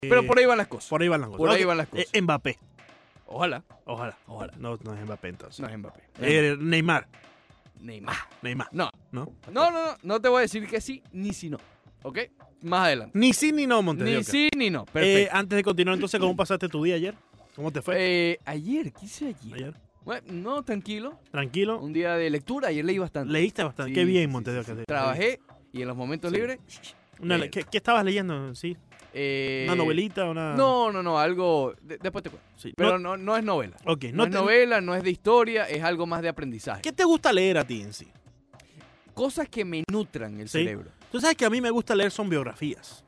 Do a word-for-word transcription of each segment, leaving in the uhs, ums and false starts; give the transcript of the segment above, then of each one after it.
Pero por ahí van las cosas. Por ahí van las cosas. Por ahí Okay. van las cosas. Eh, Mbappé. Ojalá. Ojalá. Ojalá. No, no es Mbappé entonces. No es Mbappé. Eh, Neymar. Neymar. Neymar. No. ¿No? No, no, no. No te voy a decir que sí ni si no. ¿Ok? Más adelante. Ni sí ni no, Montes de Ni Oca. sí ni no. Eh, Perfecto. antes de continuar, entonces, ¿cómo pasaste tu día ayer? ¿Cómo te fue? Eh, ayer, ¿qué hice ayer? Ayer. Bueno, no, tranquilo. Tranquilo. Un día de lectura. Ayer leí bastante. Leíste bastante. Sí, Qué bien, sí, Montes de sí, Oca. sí. Trabajé y en los momentos Sí. libres. Una- eh, ¿qué, qué estabas leyendo? Sí. eh, ¿Una novelita? Una... No, no, no. Algo. de- después te cuento. Sí. Pero No- no, no es novela. Ok. No, No es te- novela, no es de historia. Es algo más de aprendizaje. ¿Qué te gusta leer a ti en sí? Cosas que me nutran el Sí. cerebro. Tú sabes que a mí me gusta leer son biografías.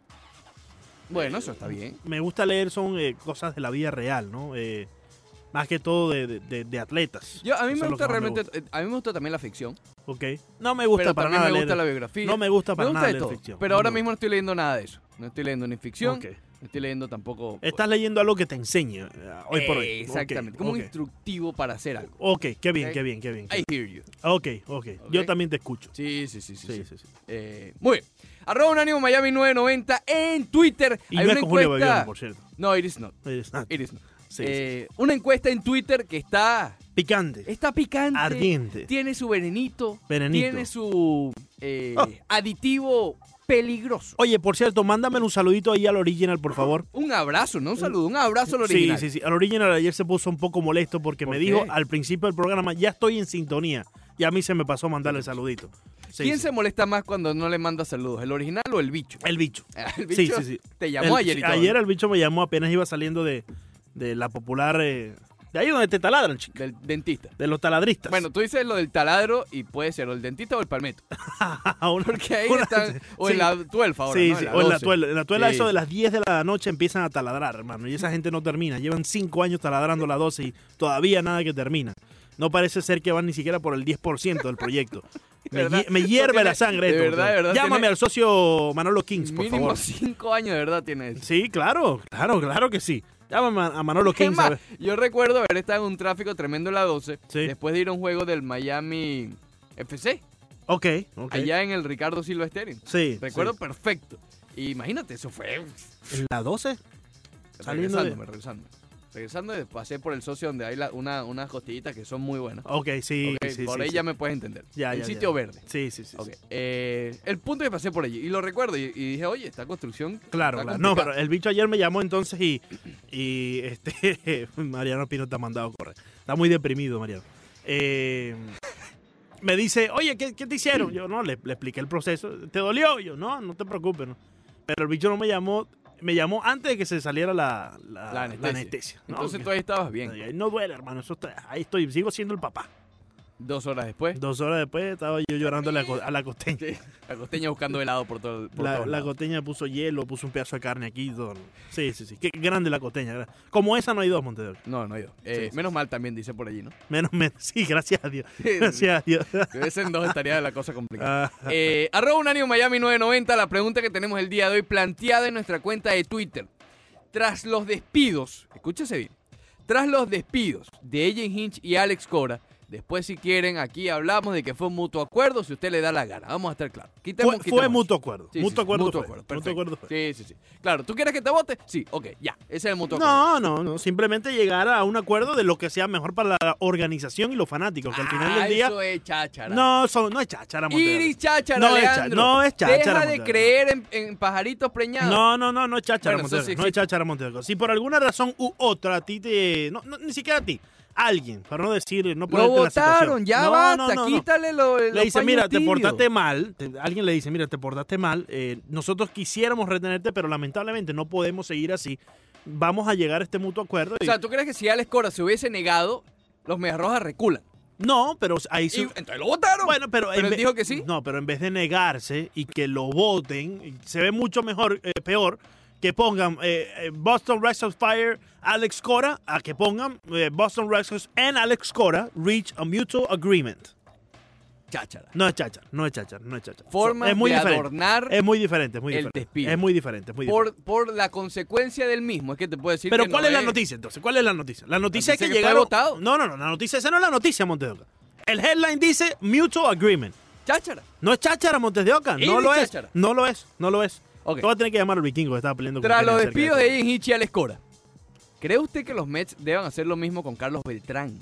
Bueno, eso está bien. Me gusta leer son eh, cosas de la vida real, ¿no? Eh, más que todo de, de- de- de atletas. Yo, a mí Eso me es lo gusta que más me realmente. gusta. eh, A mí me gusta también la ficción. Ok. No me gusta Pero para también nada me gusta leer. la biografía. No me gusta para me gusta nada de leer todo. ficción. Pero No ahora me mismo no estoy leyendo nada de eso. No estoy leyendo ni ficción. Ok. No estoy leyendo tampoco. Estás leyendo algo que te enseñe eh, hoy por hoy. Eh, Exactamente. Como Ok, un ok. instructivo para hacer algo. Ok, qué bien, Ok. qué bien, qué bien. I hear you. Ok, ok. Yo Ok. también te escucho. Sí, sí, sí, sí. Sí, sí. sí, sí. Eh, muy bien. Arroba Unánimo Miami nueve noventa en Twitter. Y Hay no una es con Julio encuesta. Babiano, por cierto. No, it is not. Eres- ah, It is not. sí, Eh, Una encuesta en Twitter que está. Picante. Está picante. Ardiente. Tiene su venenito. Venenito. Tiene su eh, Oh. aditivo peligroso. Oye, por cierto, mándame un saludito ahí al Original, por favor. Un abrazo, no un saludo, un abrazo al original. Sí, sí, sí. Al Original ayer se puso un poco molesto porque ¿Por me qué? dijo al principio del programa, ya estoy en sintonía. Y a mí se me pasó mandarle el saludito. Sí, ¿Quién sí. se molesta más cuando no le manda saludos? ¿El original o el bicho? El bicho. El Sí, bicho sí, sí. te llamó El- ayer y todo. Ayer el bicho me llamó apenas iba saliendo de, de la popular... eh, de ahí donde te taladran, chica. Del dentista. De los taladristas. Bueno, tú dices lo del taladro y puede ser o el dentista o el palmeto. Una- Porque ahí una- están. O sí. en la tuelfa ahora, Sí, ¿no? sí, o en la doce. tuela. En la tuela Sí, eso de sí. las diez de la noche empiezan a taladrar, hermano. Y esa gente no termina. Llevan cinco años taladrando las doce y todavía nada que termina. No parece ser que van ni siquiera por el diez por ciento del proyecto. Me, ¿Verdad? hie- me hierve Tiene- la sangre de esto. verdad, de verdad, Llámame tiene- al socio Manolo Kings, por Mínimo favor. cinco años de verdad tiene eso. Sí, claro, claro, claro que sí. Llámame a a Manolo Es Kings. a más, ver. yo recuerdo haber estado en un tráfico tremendo en la doce Sí. después de ir a un juego del Miami F C, Ok, ok. allá en el Ricardo Silva Stadium. Sí. Recuerdo sí. perfecto. Y imagínate, eso fue ¿En la doce? Saliendo de- regresándome, regresando. Regresando, pasé por el socio donde hay la- una, unas costillitas que son muy buenas. Ok, sí, Ok, sí, por sí, ahí sí. ya me puedes entender. Ya, el ya, sitio ya. verde. Sí, sí, sí. Ok, sí. eh, el punto es que pasé por allí y lo recuerdo y, y dije, oye, esta construcción. Claro, está claro. No, complicada. pero el bicho ayer me llamó entonces y, y este Mariano Pino te ha mandado a correr. Está muy deprimido, Mariano. Eh, me dice, oye, ¿qué, qué te hicieron? Yo no, le, le expliqué el proceso. ¿Te dolió? Yo, no, no te preocupes. No. Pero el bicho no me llamó, me llamó antes de que se saliera la, la, La la anestesia. anestesia. No, Entonces que- tú ahí estabas bien. Ahí no duele, hermano. Eso está- ahí estoy, sigo siendo el papá. Dos horas después, Dos horas después estaba yo llorando a la, co- a la costeña. sí, la costeña buscando helado por todo por La, todos la lados. costeña puso hielo, puso un pedazo de carne aquí. Todo. Sí, sí, sí. Qué grande la costeña. Como esa no hay dos, Montevideo. No, no, yo. Eh, Sí, sí. Menos mal también dice por allí, ¿no? Menos, menos. Sí, gracias a Dios. Gracias a Dios. Si hubiesen dos estaría la cosa complicada. Ah, Eh, arroba Unánimo Miami nueve noventa, la pregunta que tenemos el día de hoy planteada en nuestra cuenta de Twitter. Tras los despidos, escúchese bien, tras los despidos de Agent Hinch y Alex Cora, después si quieren aquí hablamos de que fue un mutuo acuerdo, si usted le da la gana, vamos a estar claros. Quitemos, fue, fue quitemos. mutuo acuerdo. Sí, sí, mutuo sí, acuerdo. mutuo fue. acuerdo, Mutuo perfecto. acuerdo fue. Sí, sí, sí. Claro, ¿tú quieres que te vote? Sí, ok, ya, ese es el mutuo acuerdo. No, no, no. Simplemente llegar a un acuerdo de lo que sea mejor para la organización y los fanáticos. Que al final Ah, del día. eso es cháchara. No, son, no es cháchara, Montevideo. Iris cháchara, No es cha- Alejandro. no es cháchara, Deja de Montevideo. creer en, en pajaritos preñados. No, no, no, no es cháchara, Bueno, eso Montevideo. sí No es existe. cháchara, Montevideo. Si por alguna razón u otra a ti te. No, no, ni siquiera a ti. Alguien, para no decir. No Lo ponerte en la votaron, situación. ya No, basta, no, no, no. quítale lo, Le los dice, mira, paños te tibios. portaste mal. Te- alguien le dice, mira, te portaste mal. eh, nosotros quisiéramos retenerte, pero lamentablemente no podemos seguir así. Vamos a llegar a este mutuo acuerdo. y- O sea, ¿tú crees que si Alex Cora se hubiese negado, los Medias Rojas reculan? no, pero ahí sí. Y entonces lo votaron. Bueno, pero, Pero en él ve- dijo que sí. No, pero en vez de negarse y que lo voten, se ve mucho mejor, eh, peor, que pongan eh, eh, Boston Red Sox Fire, Alex Cora, a que pongan eh, Boston Red Sox and Alex Cora reach a mutual agreement. Cháchara. No es cháchara, no es cháchara, no es cháchara. Formas es muy de diferente. adornar Es muy diferente, es muy el diferente. despido. Es muy diferente, es muy diferente. por, por la consecuencia del mismo. Es que te puedo decir Pero que ¿cuál no es la noticia entonces? ¿Cuál es la noticia? La noticia es que, noticia que fue llegaron... votado. No, no, no, la noticia esa no es la noticia, Montes de Oca. El headline dice mutual agreement. Cháchara. No es cháchara, Montes de Oca. No Iris lo es. cháchara. No lo es. No lo es. Ok. Tú vas a tener que llamar al vikingo que estaba peleando con Tras Kenny los acerca despidos de de eso. Ian Hitch y Alex Cora, ¿cree usted que los Mets deban hacer lo mismo con Carlos Beltrán?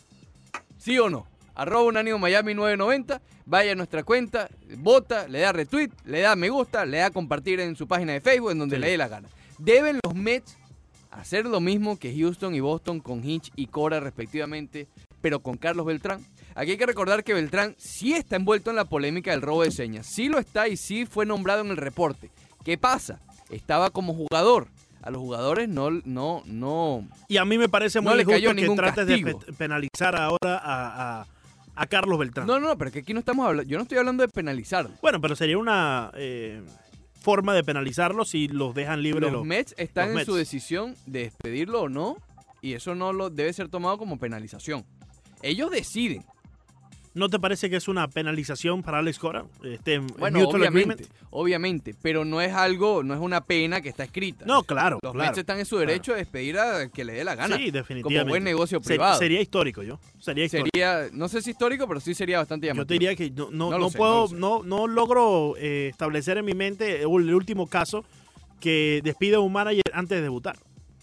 ¿Sí o no? Arroba Unánimo Miami nueve noventa, vaya a nuestra cuenta, vota, le da retweet, le da me gusta, le da compartir en su página de Facebook, en donde Sí. le dé la gana. ¿Deben los Mets hacer lo mismo que Houston y Boston con Hitch y Cora respectivamente, pero con Carlos Beltrán? Aquí hay que recordar que Beltrán sí está envuelto en la polémica del robo de señas. Sí lo está y sí fue nombrado en el reporte. ¿Qué pasa? Estaba como jugador. A los jugadores no, no, no. Y a mí me parece No muy le cayó injusto que ningún trates castigo. de pe- penalizar ahora a, a, a Carlos Beltrán. No, no, no, pero que aquí no estamos hablando. Yo no estoy hablando de penalizar. Bueno, pero sería una eh, forma de penalizarlo si los dejan libres. Los Mets están los en Mets. su decisión de despedirlo o no, y eso no lo debe ser tomado como penalización. Ellos deciden. ¿No te parece que es una penalización para Alex Cora? Este, Bueno, mutual obviamente, agreement. obviamente, pero no es algo, no es una pena que está escrita. No, claro, Los claro, Mets están en su derecho de despedir a que le dé la gana. Sí, Como definitivamente. buen negocio Se- privado. sería histórico, yo. Sería histórico. Sería, no sé si histórico, pero sí sería bastante llamativo. Yo te diría que no, no, No lo no sé, puedo, no lo sé. no, no logro eh, establecer en mi mente el último caso que despide a un manager antes de debutar.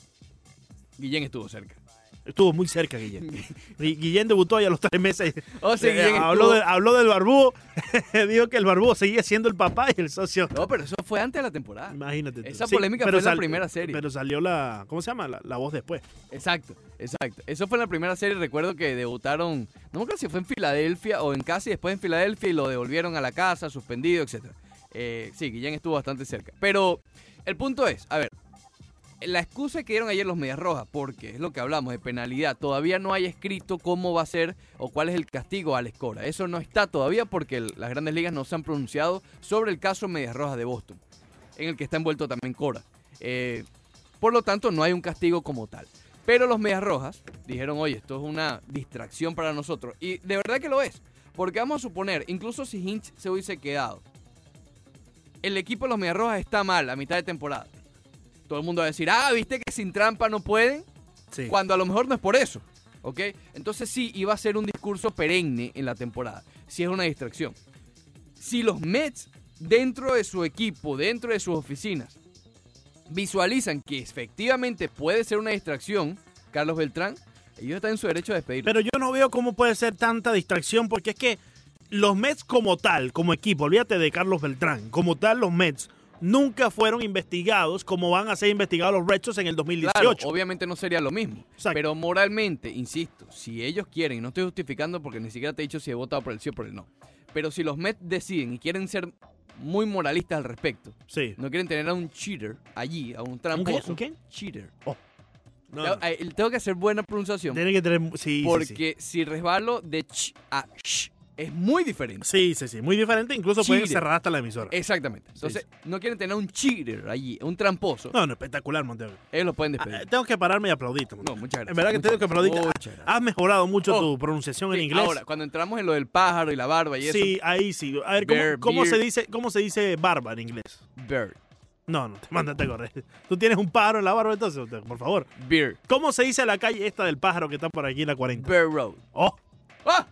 Guillén estuvo cerca. Estuvo muy cerca, Guillén. Gui- Guillén debutó ya a los tres meses. Oh, sí, Eh, Guillén habló, estuvo- de- habló del barbúo. Dijo que el barbúo seguía siendo el papá y el socio. No, pero eso fue antes de la temporada. Imagínate. tú. Esa polémica pero fue en la sal- primera serie. Pero salió la. ¿Cómo se llama? La, la voz después. Exacto, exacto. Eso fue en la primera serie. Recuerdo que debutaron, no me acuerdo si fue en Filadelfia o en casa y después en Filadelfia y lo devolvieron a la casa, suspendido, etcétera. Eh, sí, Guillén estuvo bastante cerca. Pero el punto es, a ver, la excusa que dieron ayer los Medias Rojas, porque es lo que hablamos de penalidad, todavía no hay escrito cómo va a ser o cuál es el castigo a Alex Cora. Eso no está todavía porque el- las grandes ligas no se han pronunciado sobre el caso Medias Rojas de Boston, en el que está envuelto también Cora. Eh, por lo tanto, no hay un castigo como tal. Pero los Medias Rojas dijeron, oye, esto es una distracción para nosotros. Y de verdad que lo es. Porque vamos a suponer, incluso si Hinch se hubiese quedado, el equipo de los Medias Rojas está mal a mitad de temporada. Todo el mundo va a decir, ah, ¿viste que sin trampa no pueden? Sí. Cuando a lo mejor no es por eso, ¿ok? Entonces sí, iba a ser un discurso perenne en la temporada. Si es una distracción. Si los Mets, dentro de su equipo, dentro de sus oficinas, visualizan que efectivamente puede ser una distracción, Carlos Beltrán, ellos están en su derecho de despedirlo. Pero yo no veo cómo puede ser tanta distracción, porque es que los Mets como tal, como equipo, olvídate de Carlos Beltrán, como tal los Mets nunca fueron investigados como van a ser investigados los Red Sox en el dos mil dieciocho. Claro, obviamente no sería lo mismo. Exacto. Pero moralmente, insisto, si ellos quieren, y no estoy justificando porque ni siquiera te he dicho si he votado por el sí o por el no, pero si los Mets deciden y quieren ser muy moralistas al respecto, Sí. no quieren tener a un cheater allí, a un ¿Un tramposo. qué? ¿Un qué? Cheater. No, no. Eh, Tengo que hacer buena pronunciación Tiene que tener. Sí, sí, sí. porque si resbalo de ch a sh es muy diferente. Sí, sí, sí. Muy diferente. Incluso pueden Cheater. cerrar hasta la emisora. Exactamente. Entonces, no quieren tener un cheater allí, un tramposo. No, no, espectacular, Montego. Ellos lo pueden Ah, despedir. eh, tengo que pararme y aplaudirte. Montego. No, muchas gracias. En verdad que Muchas tengo que gracias. aplaudirte. Muchas gracias. Has mejorado mucho Oh, tu pronunciación en Sí, inglés. Ahora, cuando entramos en lo del pájaro y la barba y eso. Sí, ahí sí. A ver, ¿cómo, Bear, cómo beer. se dice, ¿cómo se dice barba en inglés? Bird. No, no, te mándate a correr. Tú tienes un pájaro en la barba, entonces, Montego, por favor. Beer. ¿Cómo se dice la calle esta del pájaro que está por aquí en la cuarenta? Bear Road. Oh. ¡Ah!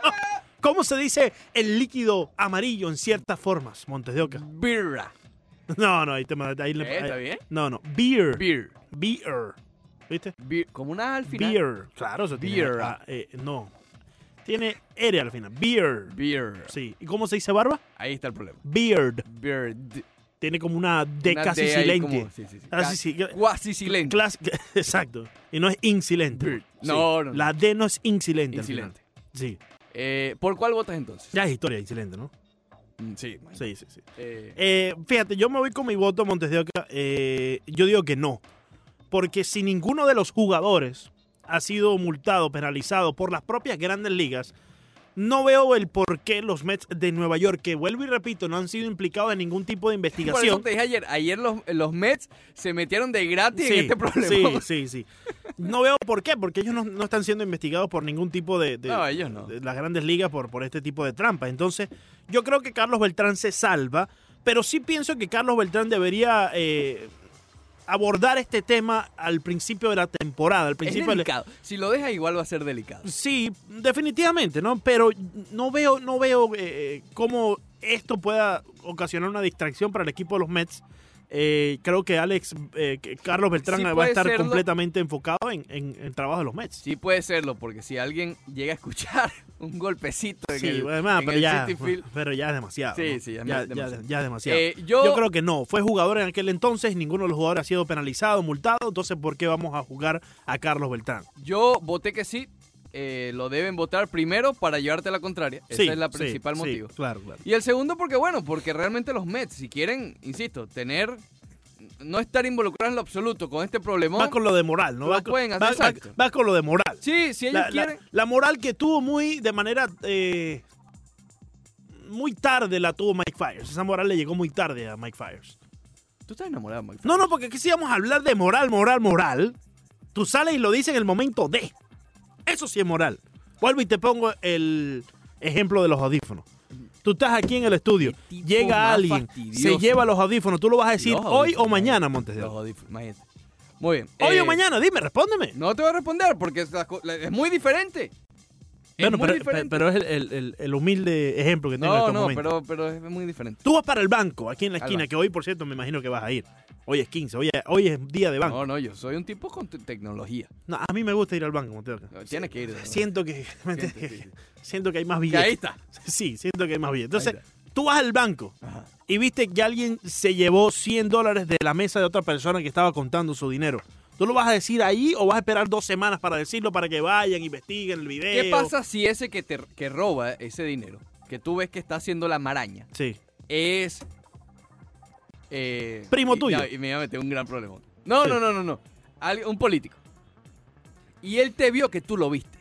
¿Cómo se dice el líquido amarillo en ciertas formas, Montes de Oca? Birra. No, no, ahí te mandaste. Ahí, le- Eh, ¿Está ahí- bien? No, no. Beer. Beer. Beer. ¿Viste? Beer. Como una al final. Beer. Claro, eso tiene. Beer. ah, eh, no. Tiene R al final. Beer. Beer. Sí. ¿Y cómo se dice barba? Ahí está el problema. Beard. Beard. Tiene como una D Una casi D ahí silente. como- sí, sí, sí. Casi sí. Cuasi silente. Clas- Exacto. Y no es insilente. Beard. Sí. No, no, no. La D no es insilente. al Insilente. final. Sí. Eh, ¿Por cuál votas entonces? Ya es historia insilente, ¿no? Mm, Sí. Sí, sí, sí. Eh, Eh, fíjate, yo me voy con mi voto, Montes de Oca. Eh, yo digo que no. Porque si ninguno de los jugadores ha sido multado, penalizado por las propias grandes ligas, no veo el por qué los Mets de Nueva York, que vuelvo y repito, no han sido implicados en ningún tipo de por eso investigación. te dije ayer. Ayer los, los Mets se metieron de gratis Sí, en este problema. sí, sí, sí. No veo por qué, porque ellos no, no están siendo investigados por ningún tipo de, de- No, ellos no. de las grandes ligas por, por este tipo de trampa. Entonces, yo creo que Carlos Beltrán se salva, pero sí pienso que Carlos Beltrán debería eh, abordar este tema al principio de la temporada, al Es principio del- delicado. Si lo dejas igual va a ser delicado. Sí, definitivamente, ¿no? Pero no veo, no veo eh, cómo esto pueda ocasionar una distracción para el equipo de los Mets eh, creo que Alex, eh, que Carlos Beltrán Sí va a puede estar serlo. completamente enfocado en, en, en el trabajo de los Mets. Sí puede serlo, porque si alguien llega a escuchar un golpecito en Sí, el, bueno, en pero, el ya, Citi Field, pero ya es demasiado. Sí, ¿no? sí, ya ya, es ya- demasiado. ya es demasiado. eh, yo, Yo creo que no. Fue jugador en aquel entonces, ninguno de los jugadores ha sido penalizado, multado. Entonces, ¿por qué vamos a jugar a Carlos Beltrán? yo voté que sí. eh, lo deben votar primero para llevarte la contraria. Esa Sí, es la sí, principal sí, motivo. claro, claro. Y el segundo porque, bueno, porque realmente los Mets, si quieren, insisto, tener, no estar involucrados en lo absoluto con este problemón. Va con lo de moral, ¿no? Lo Va con, pueden hacer, va- va- exacto. va con lo de moral. Sí, si ellos La, la- quieren. la moral que tuvo muy de manera eh, muy tarde la tuvo Mike Fyers. Esa moral le llegó muy tarde a Mike Fyers. Tú estás enamorado, Mike. No, no, porque aquí sí vamos a hablar de moral, moral, moral. Tú sales y lo dices en el momento de. Eso sí es moral. Vuelvo y te pongo el ejemplo de los audífonos. Tú estás aquí en el estudio, Qué tipo llega más alguien, fastidioso. se lleva los audífonos, tú lo vas a decir Los hoy audífonos, o mañana, Los Montes de Oca. audífonos, imagínate. Muy bien. Hoy eh, o mañana, dime, respóndeme. No te voy a responder porque es, la co- la- es muy diferente. Es Bueno, muy pero, diferente. pero es el, el- el- el humilde ejemplo que tengo en no, este no, momento. pero, pero es muy diferente. Tú vas para el banco, aquí en la Al esquina, banco. que hoy, por cierto, me imagino que vas a ir. Hoy es quince, hoy es, hoy es día de banco. No, no, yo soy un tipo con te- tecnología. No, a mí me gusta ir al banco, Montes de Oca. No, tienes que ir. ¿no? Siento que, Siento, sí, sí. siento que hay más Que billetes. ahí está. Sí, siento que hay más billetes. Ahí Entonces, tú vas al banco Ajá. y viste que alguien se llevó cien dólares de la mesa de otra persona que estaba contando su dinero. ¿Tú lo vas a decir ahí o vas a esperar dos semanas para decirlo para que vayan, investiguen el video? ¿Qué pasa si ese que te que roba ese dinero, que tú ves que está haciendo la maraña, Sí. es eh, Primo y- tuyo. ya, y me iba a meter un gran problema. No, Sí. no, no, no, no. Al- un político. Y él te vio que tú lo viste.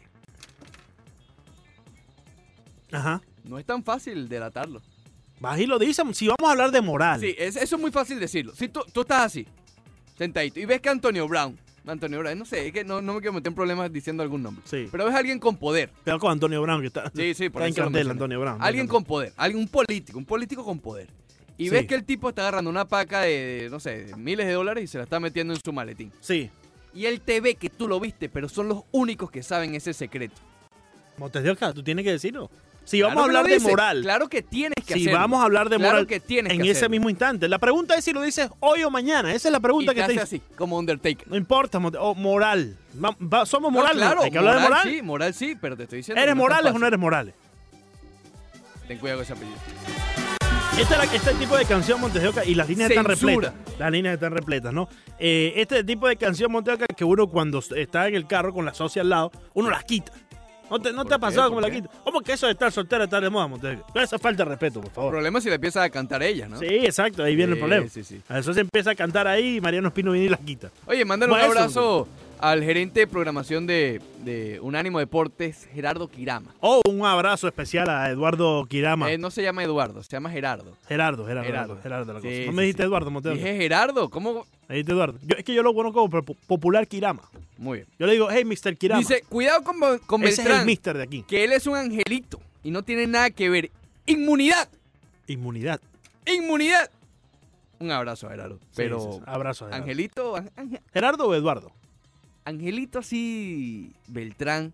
Ajá. No es tan fácil delatarlo. Vas y lo dices. Si vamos a hablar de moral. Sí, es- eso es muy fácil decirlo. Si tú, tú estás así, sentadito, y ves que Antonio Brown, Antonio Brown, no sé, es que no, no me quiero meter en problemas diciendo algún nombre. Sí. Pero ves a alguien con poder. Pero con Antonio Brown, que está, Sí, sí, por está en eso lo cartel, mencioné. Antonio Brown. Alguien con poder, alguien, un político, un político con poder. Y Sí. ves que el tipo está agarrando una paca de, de, no sé, de miles de dólares y se la está metiendo en su maletín. Sí. Y él te ve que tú lo viste, pero son los únicos que saben ese secreto. Montes de Oca, tú tienes que decirlo. Si Claro vamos a que lo hablar de dice, moral. Claro que tienes que Si hacerlo. vamos a hablar de Claro moral que tienes en que ese hacerlo. mismo instante. La pregunta es si lo dices hoy o mañana. Esa es la Y pregunta te que te hace hice. así, como Undertaker. No importa, Monte- oh, moral. Va- va- somos No, moral, ¿no? claro, Hay que hablar de moral. sí, moral sí, pero te estoy diciendo. ¿Eres que no es tan morales o no fácil. eres morales? Ten cuidado con ese apellido. Este, es la- este tipo de canción, Montes de Oca, y las líneas están Censura. repletas. Las líneas están repletas, ¿no? Eh, este tipo de canción, Montes de Oca, que uno cuando está en el carro con la socia al lado, uno las quita. ¿No te, no te ¿Por ha qué? pasado como ¿Por la qué? quita? ¿Cómo que eso de estar soltera está de moda, Montes de Oca? Esa falta de respeto, por El favor. problema es si le empiezas a cantar ella, ¿no? Sí, exacto, ahí viene el Sí, problema. sí, sí. A eso se empieza a cantar ahí y Mariano Espino viene y las quita. Oye, mándale un Bueno, eso, abrazo al gerente de programación de, de Unánimo Deportes, Gerardo Quirama. Oh, un abrazo especial a Eduardo Quirama. Eh, no se llama Eduardo, se llama Gerardo. Gerardo, Gerardo, Gerardo. Gerardo, Gerardo la Sí, cosa. No sí, me dijiste sí. Eduardo, Montes de Oca. Dije Gerardo, ¿cómo? Me dijiste Eduardo. Yo, es que yo lo conozco como po- popular Quirama. Muy bien. Yo le digo, hey, mister Quirama. Dice, cuidado con, Bo- con Ese es el Beltrán, mister de aquí. que él es un angelito y no tiene nada que ver. Inmunidad, Inmunidad. inmunidad. Un abrazo a Gerardo. Pero, Sí, sí, sí. Abrazo a Gerardo. Angelito, An- An- ¿Gerardo o Eduardo? Angelito así, Beltrán.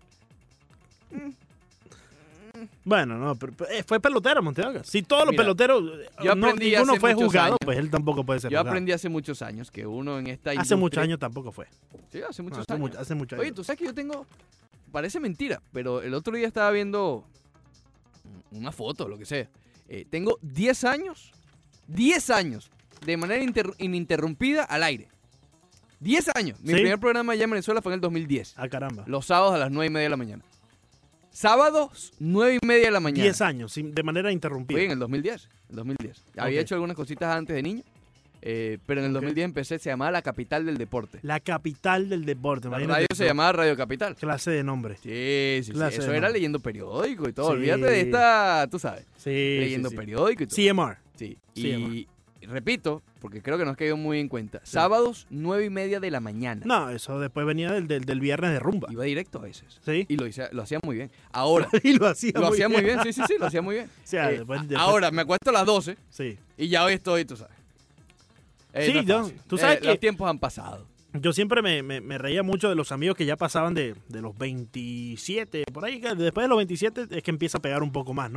Bueno, no, pero, pero, eh, fue pelotero, Montes de Oca. Si todos los Mira, peloteros, yo no, aprendí ninguno hace fue muchos juzgado, años. pues él tampoco puede ser Yo juzgado. aprendí hace muchos años que uno en esta Hace industria- muchos años tampoco fue. Sí, hace No, muchos hace, años. mucho- hace muchos Oye, años. tú sabes que yo tengo. Parece mentira, pero el otro día estaba viendo una foto, lo que sea. Eh, tengo diez años, diez años de manera inter- ininterrumpida al aire. diez años. Mi ¿Sí? primer programa allá en Venezuela fue en el dos mil diez. Ah, caramba. Los sábados a las nueve y media de la mañana. Sábados, nueve y media de la mañana. diez años, sin- de manera interrumpida. Fui en el dos mil diez. El dos mil diez. Había Ok. hecho algunas cositas antes de niño, eh, pero en el Ok. dos mil diez empecé, se llamaba La Capital del Deporte. La capital del deporte. La imagínate radio eso. se llamaba Radio Capital. Clase de nombre. Sí, sí, sí. Clase Eso de era nombre. leyendo periódico y todo. Sí. Olvídate de esta, tú sabes, Sí, leyendo sí, sí. periódico y todo. C M R. Sí. Sí, Y, y repito, porque creo que nos quedó muy en cuenta. Sábados, nueve y media de la mañana. No, eso después venía del, del, del viernes de rumba. Iba directo a veces. Sí. Y lo, hice- lo hacía muy bien. Ahora, Y lo hacía lo muy hacía bien. muy bien. Sí, sí, sí, lo hacía muy bien. O sea, Eh, después- a- después- Ahora, me acuesto a las doce Sí. y ya hoy estoy, tú sabes. Eh, Sí, no es yo- fácil. tú sabes Eh, que- los tiempos han pasado. Yo siempre me, me- me reía mucho de los amigos que ya pasaban de, de los veintisiete, por ahí, que después de los veintisiete es que empieza a pegar un poco más, ¿no?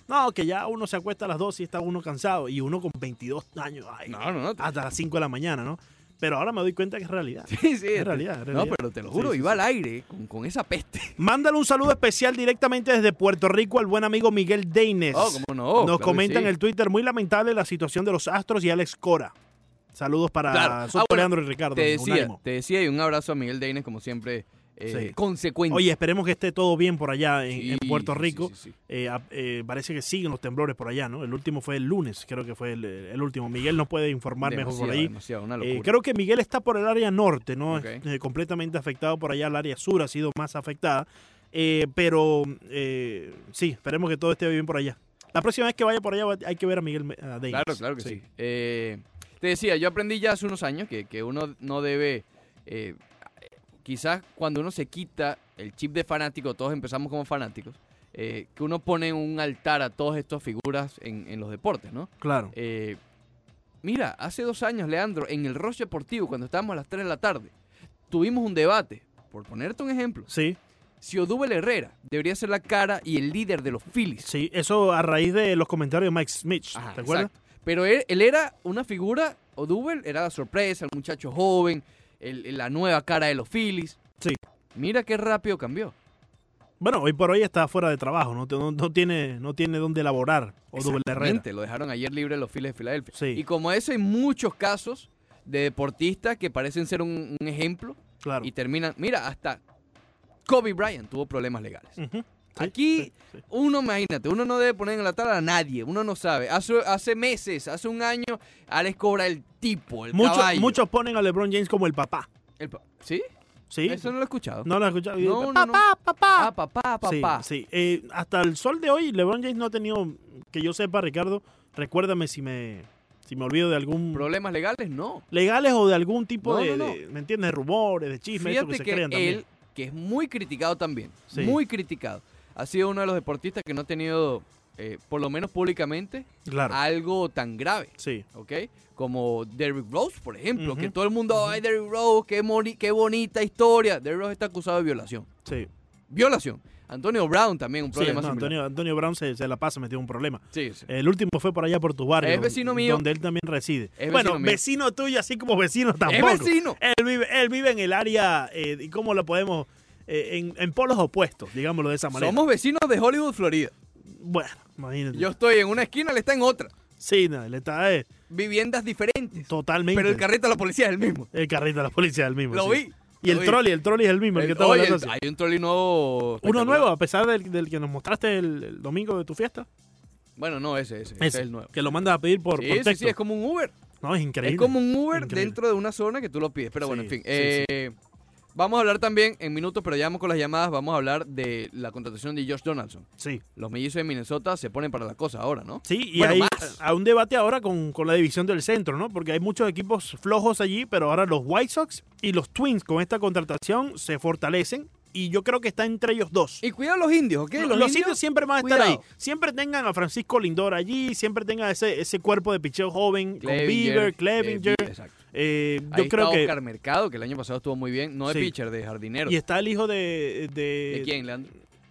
No, que ya uno se acuesta a las dos y está uno cansado. Y uno con veintidós años, ay, No, no, no. hasta las cinco de la mañana, ¿no? Pero ahora me doy cuenta que es realidad. Sí, sí. Es realidad, es realidad. No, pero te lo juro, Sí, sí, iba sí. al aire con, con esa peste. Mándale un saludo especial directamente desde Puerto Rico al buen amigo Miguel Deines. Oh, cómo no. Nos claro que comenta en sí. el Twitter, muy lamentable la situación de los Astros y Alex Cora. Saludos para Claro. Soto Ah, bueno, Leandro y Ricardo. Te decía, unánimo. te decía, y un abrazo a Miguel Deines, como siempre, eh, Sí. consecuente. Oye, esperemos que esté todo bien por allá en, Sí, en Puerto sí, Rico. sí, sí, sí. Eh, a- eh, parece que siguen los temblores por allá, ¿no? El último fue el lunes, creo que fue el, el último. Miguel nos puede informar mejor por Demasiado, ahí. demasiado, una Eh, locura. creo que Miguel está por el área norte, ¿no? Ok. Eh, completamente afectado por allá. El área sur ha sido más afectada. Eh, pero eh, sí, esperemos que todo esté bien por allá. La próxima vez que vaya por allá va- hay que ver a Miguel a Deines. Claro, claro que sí. Eh, te decía, yo aprendí ya hace unos años que, que uno no debe, eh, quizás cuando uno se quita el chip de fanático, todos empezamos como fanáticos, eh, que uno pone un altar a todas estas figuras en, en los deportes, ¿no? Claro. Eh, mira, hace dos años, Leandro, en el Rush Deportivo, cuando estábamos a las tres de la tarde, tuvimos un debate, por ponerte un ejemplo, Sí, si Odubel Herrera debería ser la cara y el líder de los Phillies. sí. Eso a raíz de los comentarios de Mike Smith. Ajá, ¿Te acuerdas? exacto. Pero él, él era una figura, Odubel era la sorpresa, el muchacho joven, el- el- la nueva cara de los Phillies. Sí. Mira qué rápido cambió. Bueno, hoy por hoy está fuera de trabajo, no, no, no tiene no tiene dónde elaborar o doble Herrera. Exactamente, lo dejaron ayer libre los Phillies de Filadelfia. Sí. Y como eso hay muchos casos de deportistas que parecen ser un, un ejemplo Claro. y terminan, mira, hasta Kobe Bryant tuvo problemas legales. Ujú. Sí, Aquí sí, sí. uno, imagínate, uno no debe poner en la tabla a nadie, uno no sabe. Hace, hace meses, hace un año, Alex Cobra el tipo, el Muchos, caballo. muchos ponen a LeBron James como el papá. El pa- ¿Sí? ¿Sí? Eso no lo he escuchado. No lo has escuchado. No, no, papá, no. papá. Ah, papá, Sí, papá. sí. Eh, hasta el sol de hoy, LeBron James no ha tenido, que yo sepa, Ricardo, recuérdame si me, si me olvido de algún... ¿Problemas legales? No. legales o de algún tipo No, de, no, no. de- ¿me entiendes? De rumores, de chismes, esto Fíjate que se que crean también. él, que es muy criticado también, Sí. muy criticado, ha sido uno de los deportistas que no ha tenido, eh, por lo menos públicamente, Claro, algo tan grave, sí. ¿ok? Como Derrick Rose, por ejemplo, Ujú. que todo el mundo, ay, Derrick Rose, qué, moni- qué bonita historia. Derrick Rose está acusado de violación. Sí, Violación. Antonio Brown también, un sí problema no, similar. Antonio, Antonio Brown se, se la pasa, metió un problema. Sí, sí. El último fue por allá por tu barrio. Es vecino mío. Donde él también reside. Es bueno, vecino mío. vecino tuyo, así como vecino ¡Es tampoco. vecino! Él vive, él vive en el área, eh, ¿y cómo lo podemos? Eh, en, en polos opuestos, digámoslo de esa manera. Somos vecinos de Hollywood, Florida. Bueno, imagínate. Yo estoy en una esquina, él está en otra. Sí, no, él está eh, Viviendas diferentes. totalmente. Pero el carrito de la policía es el mismo. El carrito de la policía es el mismo. Lo sí. vi. Y el lo vi. trolley, el trolley es el mismo, el, El- que estaba oye, hablando el- así. hay un trolley nuevo. Uno espectacular. nuevo, a pesar del, del que nos mostraste el, el domingo de tu fiesta. Bueno, no, ese, ese, ese Ese, es el nuevo. que lo mandas a pedir por, sí, por sí, texto. sí, es como un Uber. No, es increíble. Es como un Uber Increíble. dentro de una zona que tú lo pides. Pero bueno, Sí, en fin. sí, eh, Vamos a hablar también en minutos, pero ya vamos con las llamadas. Vamos a hablar de la contratación de Josh Donaldson. Sí. Los mellizos de Minnesota se ponen para la cosa ahora, ¿no? Sí, y Bueno, hay más. a un debate ahora con, con la división del centro, ¿no? Porque hay muchos equipos flojos allí, pero ahora los White Sox y los Twins con esta contratación se fortalecen y yo creo que está entre ellos dos. Y cuidado los indios, ¿ok? Los, los indios siempre van a estar cuidado. ahí. Siempre tengan a Francisco Lindor allí, siempre tengan ese, ese cuerpo de picheo joven con Clevinger, Bieber, Clevinger. eh, exacto. Eh, Ahí yo creo está que... Oscar Mercado, que el año pasado estuvo muy bien. No de Sí. pitcher, de jardinero. Y está el hijo de... ¿De, ¿De quién, Leandro?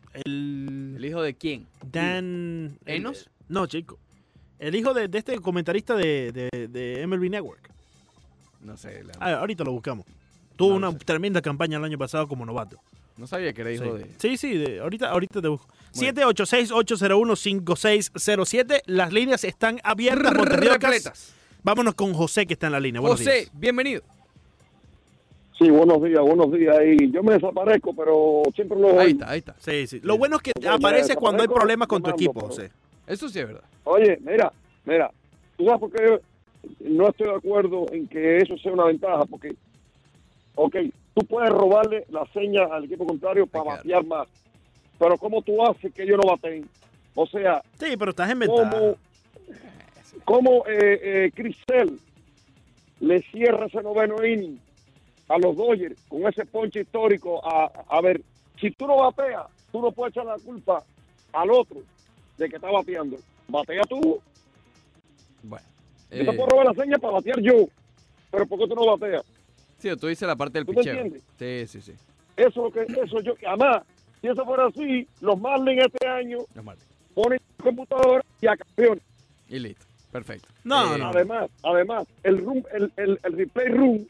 El... ¿El hijo de quién? Dan... el- ¿Enos? no, chico. El hijo de, de este comentarista de, de, de M L B Network. No sé, Leandro. Ah, ahorita lo buscamos. Tuvo No lo una sé. tremenda campaña el año pasado como novato. No sabía que era hijo Sí, de... sí, sí, de- ahorita, ahorita te busco. Bueno. siete ocho seis, ocho cero uno, cinco seis cero siete. Las líneas están abiertas. Monterriocas. Repletas. Vámonos con José, que está en la línea. Buenos José, días. bienvenido. Sí, buenos días, buenos días. Y yo me desaparezco, pero siempre lo Ahí oigo. está, ahí está. Sí, sí. Lo bueno es que Oye, aparece cuando hay desaparezco problemas con tu llamando, equipo, pero- José. Eso sí es verdad. Oye, mira, mira, tú sabes por qué no estoy de acuerdo en que eso sea una ventaja, porque, ok, tú puedes robarle la seña al equipo contrario para que batear más, pero ¿cómo tú haces que ellos no baten? O sea, Sí, pero estás en ventaja. ¿cómo, cómo eh, eh, Chris Sale le cierra ese noveno inning a los Dodgers con ese ponche histórico? A, a ver, si tú no bateas, tú no puedes echar la culpa al otro de que está bateando. Batea tú. Bueno. Yo eh, te puedo robar la seña para batear yo, pero ¿por qué tú no bateas? sí, tú dices la parte del ¿Tú me picheo. entiendes? Sí, sí, sí. Eso es lo que, eso yo, además, si eso fuera así, los Marlins este año Los Marlins. ponen computadora y a campeones. Y listo. Perfecto. No, Eh, no. Además, además, el, room, el, el, el replay room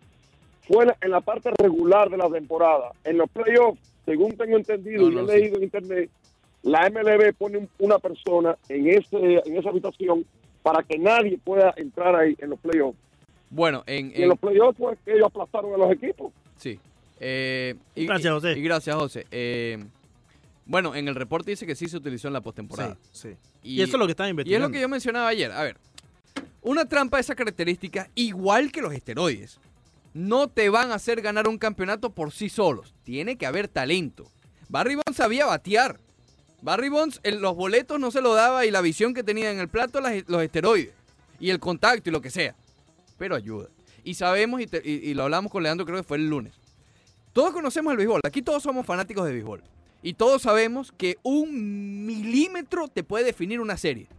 fue la- en la parte regular de la temporada. En los playoffs, según tengo entendido No, y no, he sí. leído en internet, la M L B pone un- una persona en ese en esa habitación para que nadie pueda entrar ahí en los playoffs. Bueno, en, Y en en- los playoffs fue que ellos aplastaron a los equipos. sí. Eh, y, Gracias, José. Y, gracias, José. Eh, bueno, en el reporte dice que sí se utilizó en la postemporada. Sí, sí. Y, eso es lo que están Y es investigando. lo que yo mencionaba ayer. A ver, una trampa de esa característica, igual que los esteroides, no te van a hacer ganar un campeonato por sí solos. Tiene que haber talento. Barry Bonds sabía batear. Barry Bonds, el- los boletos no se lo daba y la visión que tenía en el plato, las- los esteroides. Y el contacto y lo que sea. Pero ayuda. Y sabemos, y, te- y- y lo hablamos con Leandro, creo que fue el lunes. Todos conocemos el béisbol. Aquí todos somos fanáticos de béisbol. Y todos sabemos que un milímetro te puede definir una serie.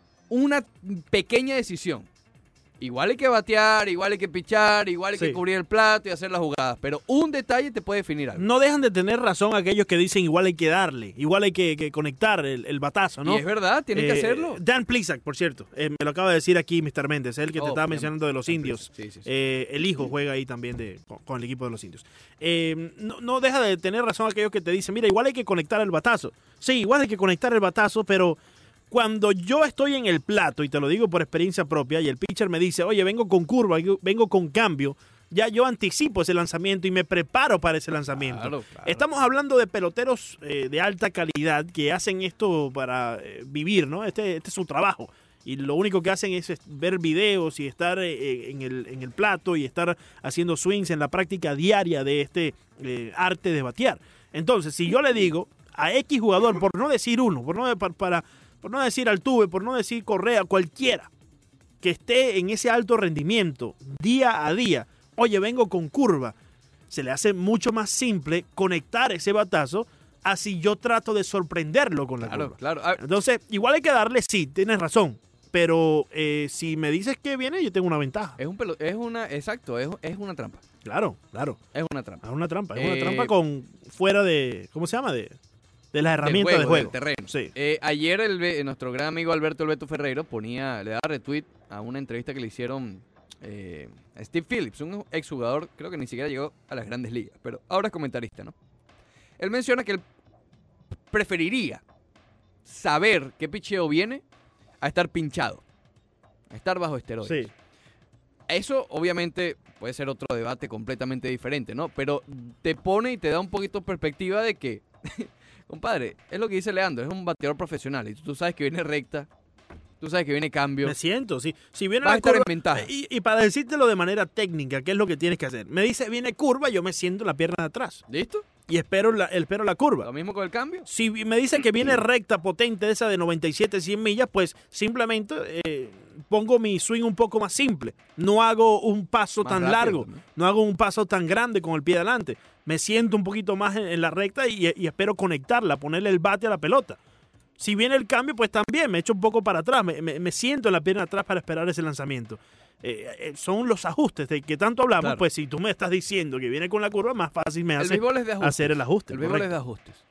Una pequeña decisión. Igual hay que batear, igual hay que pichar, igual hay Sí. que cubrir el plato y hacer las jugadas. Pero un detalle te puede definir algo. No dejan de tener razón aquellos que dicen igual hay que darle, igual hay que, que conectar el, el batazo, ¿no? Y es verdad, tienen que Eh, hacerlo. Dan Plisak, por cierto, eh, me lo acaba de decir aquí mister Méndez, el que te Oh, estaba bien. mencionando de los Dan indios. Plisak, sí, sí, sí. Eh, el hijo juega ahí también de, con, con el equipo de los indios. Eh, no, no deja de tener razón aquellos que te dicen, mira, igual hay que conectar el batazo. Sí, igual hay que conectar el batazo, pero cuando yo estoy en el plato, y te lo digo por experiencia propia, y el pitcher me dice, oye, vengo con curva, vengo con cambio, ya yo anticipo ese lanzamiento y me preparo para ese lanzamiento. Claro, claro. Estamos hablando de peloteros eh, de alta calidad que hacen esto para eh, vivir, ¿no? Este, este es su trabajo. Y lo único que hacen es, es ver videos y estar eh, en, el, en el plato y estar haciendo swings en la práctica diaria de este eh, arte de batear. Entonces, si yo le digo a X jugador, por no decir uno, por no, para, para, por no decir Altuve, por no decir Correa, cualquiera que esté en ese alto rendimiento día a día, oye, vengo con curva, se le hace mucho más simple conectar ese batazo así yo trato de sorprenderlo con la Claro, curva. claro. A ver, Entonces, igual hay que darle, sí, tienes razón, pero eh, si me dices que viene, yo tengo una ventaja. es un pelo, es una, exacto, es, es una trampa. Claro, claro, Es una trampa. es una trampa, es Eh, una trampa con fuera de, ¿cómo se llama? De, de las Del herramientas de juego. del terreno. Sí. Eh, ayer el, Be- nuestro gran amigo Alberto Alberto Ferreiro ponía, le daba retweet a una entrevista que le hicieron eh, a Steve Phillips, un exjugador, creo que ni siquiera llegó a las grandes ligas, pero ahora es comentarista, ¿no? Él menciona que él preferiría saber qué picheo viene a estar pinchado, a estar bajo esteroides. Sí. Eso obviamente puede ser otro debate completamente diferente, ¿no? Pero te pone y te da un poquito de perspectiva de que, compadre, es lo que dice Leandro, es un bateador profesional y tú sabes que viene recta, tú sabes que viene cambio, Me siento, sí. Si viene vas a la estar en curva, ventaja. y, y para decírtelo de manera técnica, ¿qué es lo que tienes que hacer? Me dice, viene curva, yo me siento en la pierna de atrás ¿Listo? y espero la, espero la curva. Lo mismo con el cambio. Si me dice que viene recta, potente, esa de noventa y siete, cien millas, pues simplemente eh, pongo mi swing un poco más simple. No hago un paso Más tan rápido largo, también. no hago un paso tan grande con el pie adelante. Me siento un poquito más en, en la recta y, y espero conectarla, ponerle el bate a la pelota. Si viene el cambio, pues también me echo un poco para atrás, me, me- me siento en la pierna de atrás para esperar ese lanzamiento. Eh, eh, son los ajustes de que tanto hablamos, Claro. pues si tú me estás diciendo que viene con la curva, más fácil me El hace béisbol es de ajustes. hacer el ajuste. El béisbol es de correcto. ajustes.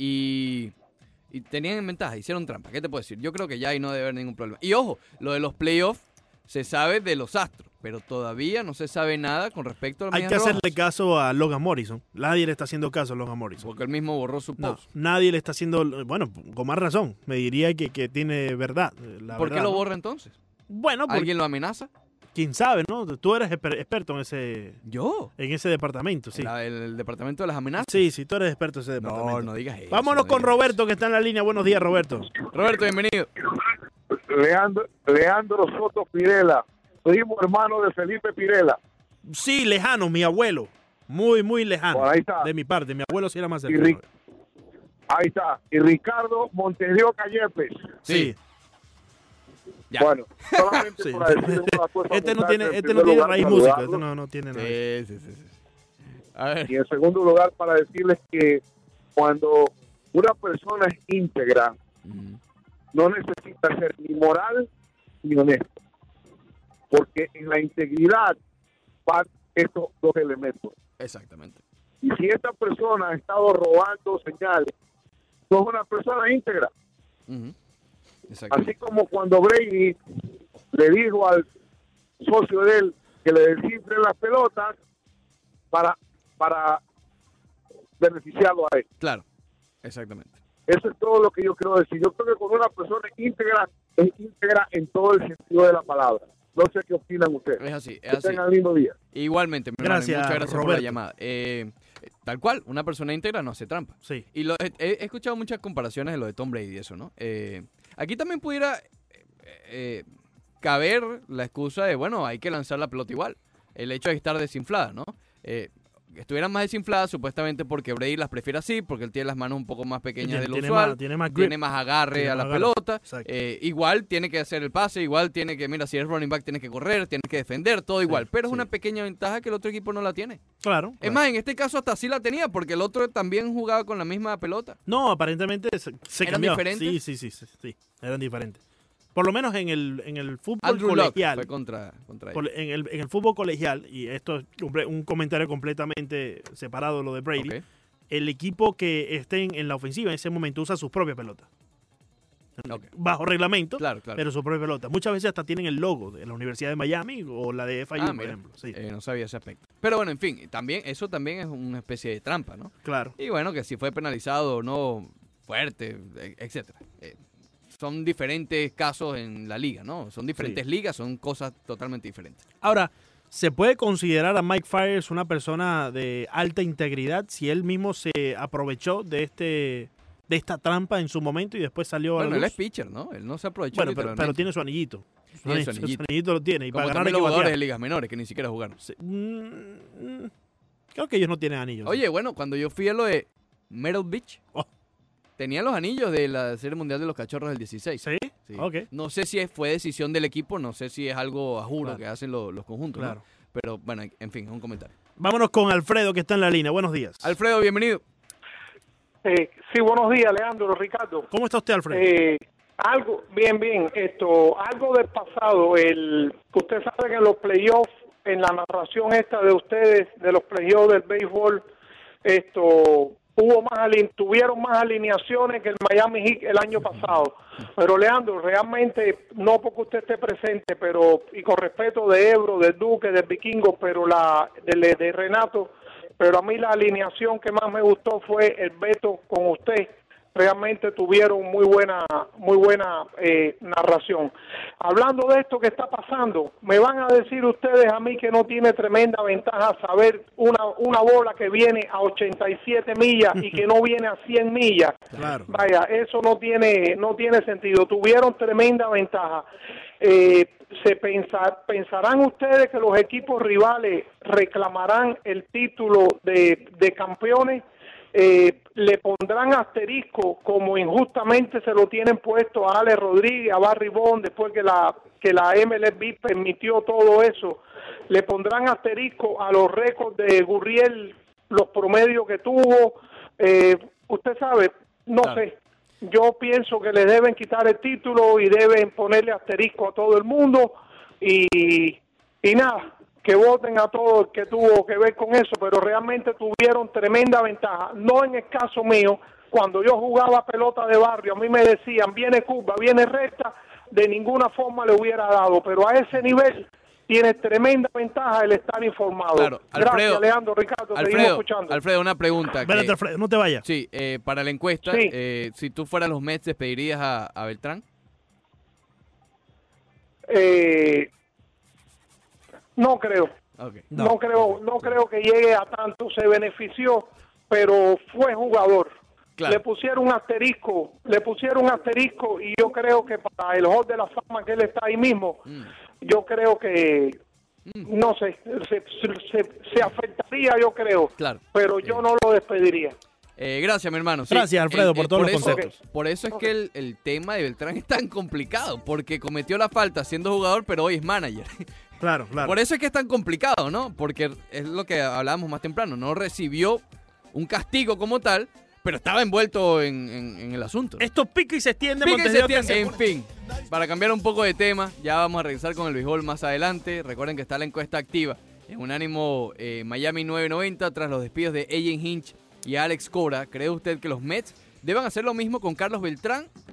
Y, y tenían en ventaja, hicieron trampa. ¿Qué te puedo decir? Yo creo que ya ahí no debe haber ningún problema. Y ojo, lo de los playoffs se sabe de los Astros, pero todavía no se sabe nada con respecto a los Hay que hacerle caso a Logan Morrison. Nadie le está haciendo caso a Logan Morrison. porque él mismo borró su No, post. nadie le está haciendo, bueno, con más razón. Me diría que, que tiene verdad. eh, la ¿Por qué verdad, lo ¿no? borra entonces? Bueno, porque ¿Alguien lo amenaza? quién sabe, ¿no? Tú eres exper- experto en ese, Yo. en ese departamento, sí. La- el, el departamento de las amenazas. Sí, sí, tú eres experto en ese departamento. No, no digas eso. Vámonos no con digas Roberto, que está en la línea. Buenos días, Roberto. eso. Roberto, bienvenido. Leandro, Leandro Soto Pirela, primo hermano de Felipe Pirela. Sí, lejano, mi abuelo. Muy, muy lejano. Por ahí está. De mi parte, mi abuelo sí era más Y cercano. Rick- Ahí está. Y Ricardo Montedio Callepes. Sí. Ya. Bueno, solamente Sí. para decirle una cosa. Este no muchachos, tiene, en este primer no tiene lugar, raíz música. saludarlos. Este no, no tiene nada. Sí, sí, sí, sí. A ver. Y en segundo lugar, para decirles que cuando una persona es íntegra, Mm. no necesita ser ni moral ni honesto. Porque en la integridad van estos dos elementos. Exactamente. Y si esta persona ha estado robando señales, no es una persona íntegra. Ujú. Así como cuando Brady le dijo al socio de él que le descifren las pelotas para, para beneficiarlo a él. Claro, exactamente. Eso es todo lo que yo quiero decir. Yo creo que cuando una persona es íntegra, es íntegra en todo el sentido de la palabra. No sé qué opinan ustedes. Es así, es que así. tengan lindo día. Igualmente, mi hermano, Gracias, muchas gracias Roberto. por la llamada. Eh, tal cual, una persona íntegra no hace trampa. Sí. Y lo, he, he escuchado muchas comparaciones de lo de Tom Brady y eso, ¿no? Eh, aquí también pudiera eh, eh, caber la excusa de, bueno, hay que lanzar la pelota igual. El hecho de estar desinflada, ¿no? Eh, estuvieran más desinfladas supuestamente porque Brady las prefiere así, porque él tiene las manos un poco más pequeñas Tiene- de lo tiene usual, más- tiene más grip. tiene más agarre Tiene a la más agarre. pelota, Exacto. eh, igual tiene que hacer el pase, igual tiene que, mira, si es running back tiene que correr, tiene que defender, todo igual, pero es sí. una pequeña ventaja que el otro equipo no la tiene. Claro. Es claro. más, en este caso hasta sí la tenía, porque el otro también jugaba con la misma pelota. No, aparentemente se, se ¿Eran cambió. diferentes? Sí, sí, sí, sí, sí, eran diferentes. Por lo menos en el, en el fútbol Andrew Luck colegial. fue contra, contra ellos. Por- en, el, en el fútbol colegial, y esto es un, un comentario completamente separado de lo de Brady, Ok. el equipo que esté en, en la ofensiva en ese momento usa sus propias pelotas. Ok. Bajo reglamento, Claro, claro. pero sus propias pelotas. Muchas veces hasta tienen el logo de la Universidad de Miami o la de F I U, Ah, por mira, ejemplo. Sí, eh, no sabía ese aspecto. Pero bueno, en fin, también eso también es una especie de trampa, ¿no? claro. Y bueno, que si fue penalizado o no fuerte, e- etcétera. Eh, son diferentes casos en la liga, ¿no? Son diferentes Sí. ligas, son cosas totalmente diferentes. Ahora, ¿se puede considerar a Mike Myers una persona de alta integridad si él mismo se aprovechó de este de esta trampa en su momento y después salió a Bueno, la él luz? es pitcher, ¿no? Él no se aprovechó Bueno, pero, pero literalmente. tiene su anillito. Su Tiene su anillito, anillito. su anillito lo tiene. Y Como para ganar también hay los que jugadores batear. de ligas menores que ni siquiera jugaron. Sí, mm, mm, creo que ellos no tienen anillos. Oye, bueno, cuando yo fui a lo de Myrtle Beach, Oh. tenían los anillos de la Serie Mundial de los Cachorros del dieciséis. ¿Sí? Sí. Ok. No sé si es- fue decisión del equipo, no sé si es algo a juro Claro. que hacen lo- los conjuntos, ¿no? Claro. Pero bueno, en fin, es un comentario. Vámonos con Alfredo, que está en la línea. Buenos días. Alfredo, bienvenido. Eh, sí, buenos días, Leandro, Ricardo. ¿Cómo está usted, Alfredo? Eh, algo, bien, bien, esto, algo del pasado, el, usted sabe que en los playoffs, en la narración esta de ustedes, de los playoffs del béisbol, esto, hubo más, alin- tuvieron más alineaciones que el Miami Heat el año pasado. Pero Leandro, realmente, no porque usted esté presente, pero, y con respeto de Ebro, del Duque, del Vikingo, pero la, de, de Renato, pero a mí la alineación que más me gustó fue el Beto con usted. Realmente tuvieron muy buena muy buena eh, narración. Hablando de esto que está pasando, me van a decir ustedes a mí que no tiene tremenda ventaja saber una una bola que viene a ochenta y siete millas y que no viene a cien millas. Claro. Vaya, eso no tiene no tiene sentido. Tuvieron tremenda ventaja. Eh, se pensar, pensarán ustedes que los equipos rivales reclamarán el título de, de campeones, eh, le pondrán asterisco como injustamente se lo tienen puesto a Alex Rodríguez, a Barry Bonds, después que la que la M L B permitió todo eso, le pondrán asterisco a los récords de Gurriel, los promedios que tuvo, eh, usted sabe, no Claro. sé. Yo pienso que le deben quitar el título y deben ponerle asterisco a todo el mundo y, y nada, que voten a todo el que tuvo que ver con eso, pero realmente tuvieron tremenda ventaja. No en el caso mío, cuando yo jugaba pelota de barrio, a mí me decían, viene curva, viene recta, de ninguna forma le hubiera dado, pero a ese nivel tiene tremenda ventaja el estar informado. Claro, Alfredo, Gracias, Leandro, Ricardo, seguimos Alfredo, escuchando. Alfredo, una pregunta. que- Espérate, Alfredo, no te vayas. sí, eh, para la encuesta, Sí. eh, si tú fueras los Mets, ¿despedirías a, a Beltrán? Eh, no creo. Ok. No. No. creo, no creo que llegue a tanto, se benefició, pero fue jugador. Claro. Le pusieron un asterisco, le pusieron un asterisco y yo creo que para el Hall de la Fama que él está ahí mismo, Mm. yo creo que, no sé, se, se, se afectaría, yo creo, Claro. pero yo no lo despediría. Eh, gracias, mi hermano. Sí, Gracias, Alfredo, por todos los eso, conceptos. Por eso es que el, el tema de Beltrán es tan complicado, porque cometió la falta siendo jugador, pero hoy es manager. Claro, claro. Por eso es que es tan complicado, ¿no? Porque es lo que hablábamos más temprano. No recibió un castigo como tal, pero estaba envuelto en, en- en el asunto. Esto pica y se extiende. Pica y se Montevideo, extiende. que se- En fin, para cambiar un poco de tema, ya vamos a regresar con el béisbol más adelante. Recuerden que está la encuesta activa en Unánimo eh, Miami nueve noventa tras los despidos de Aiden Hinch y Alex Cora. ¿Cree usted que los Mets deban hacer lo mismo con Carlos Beltrán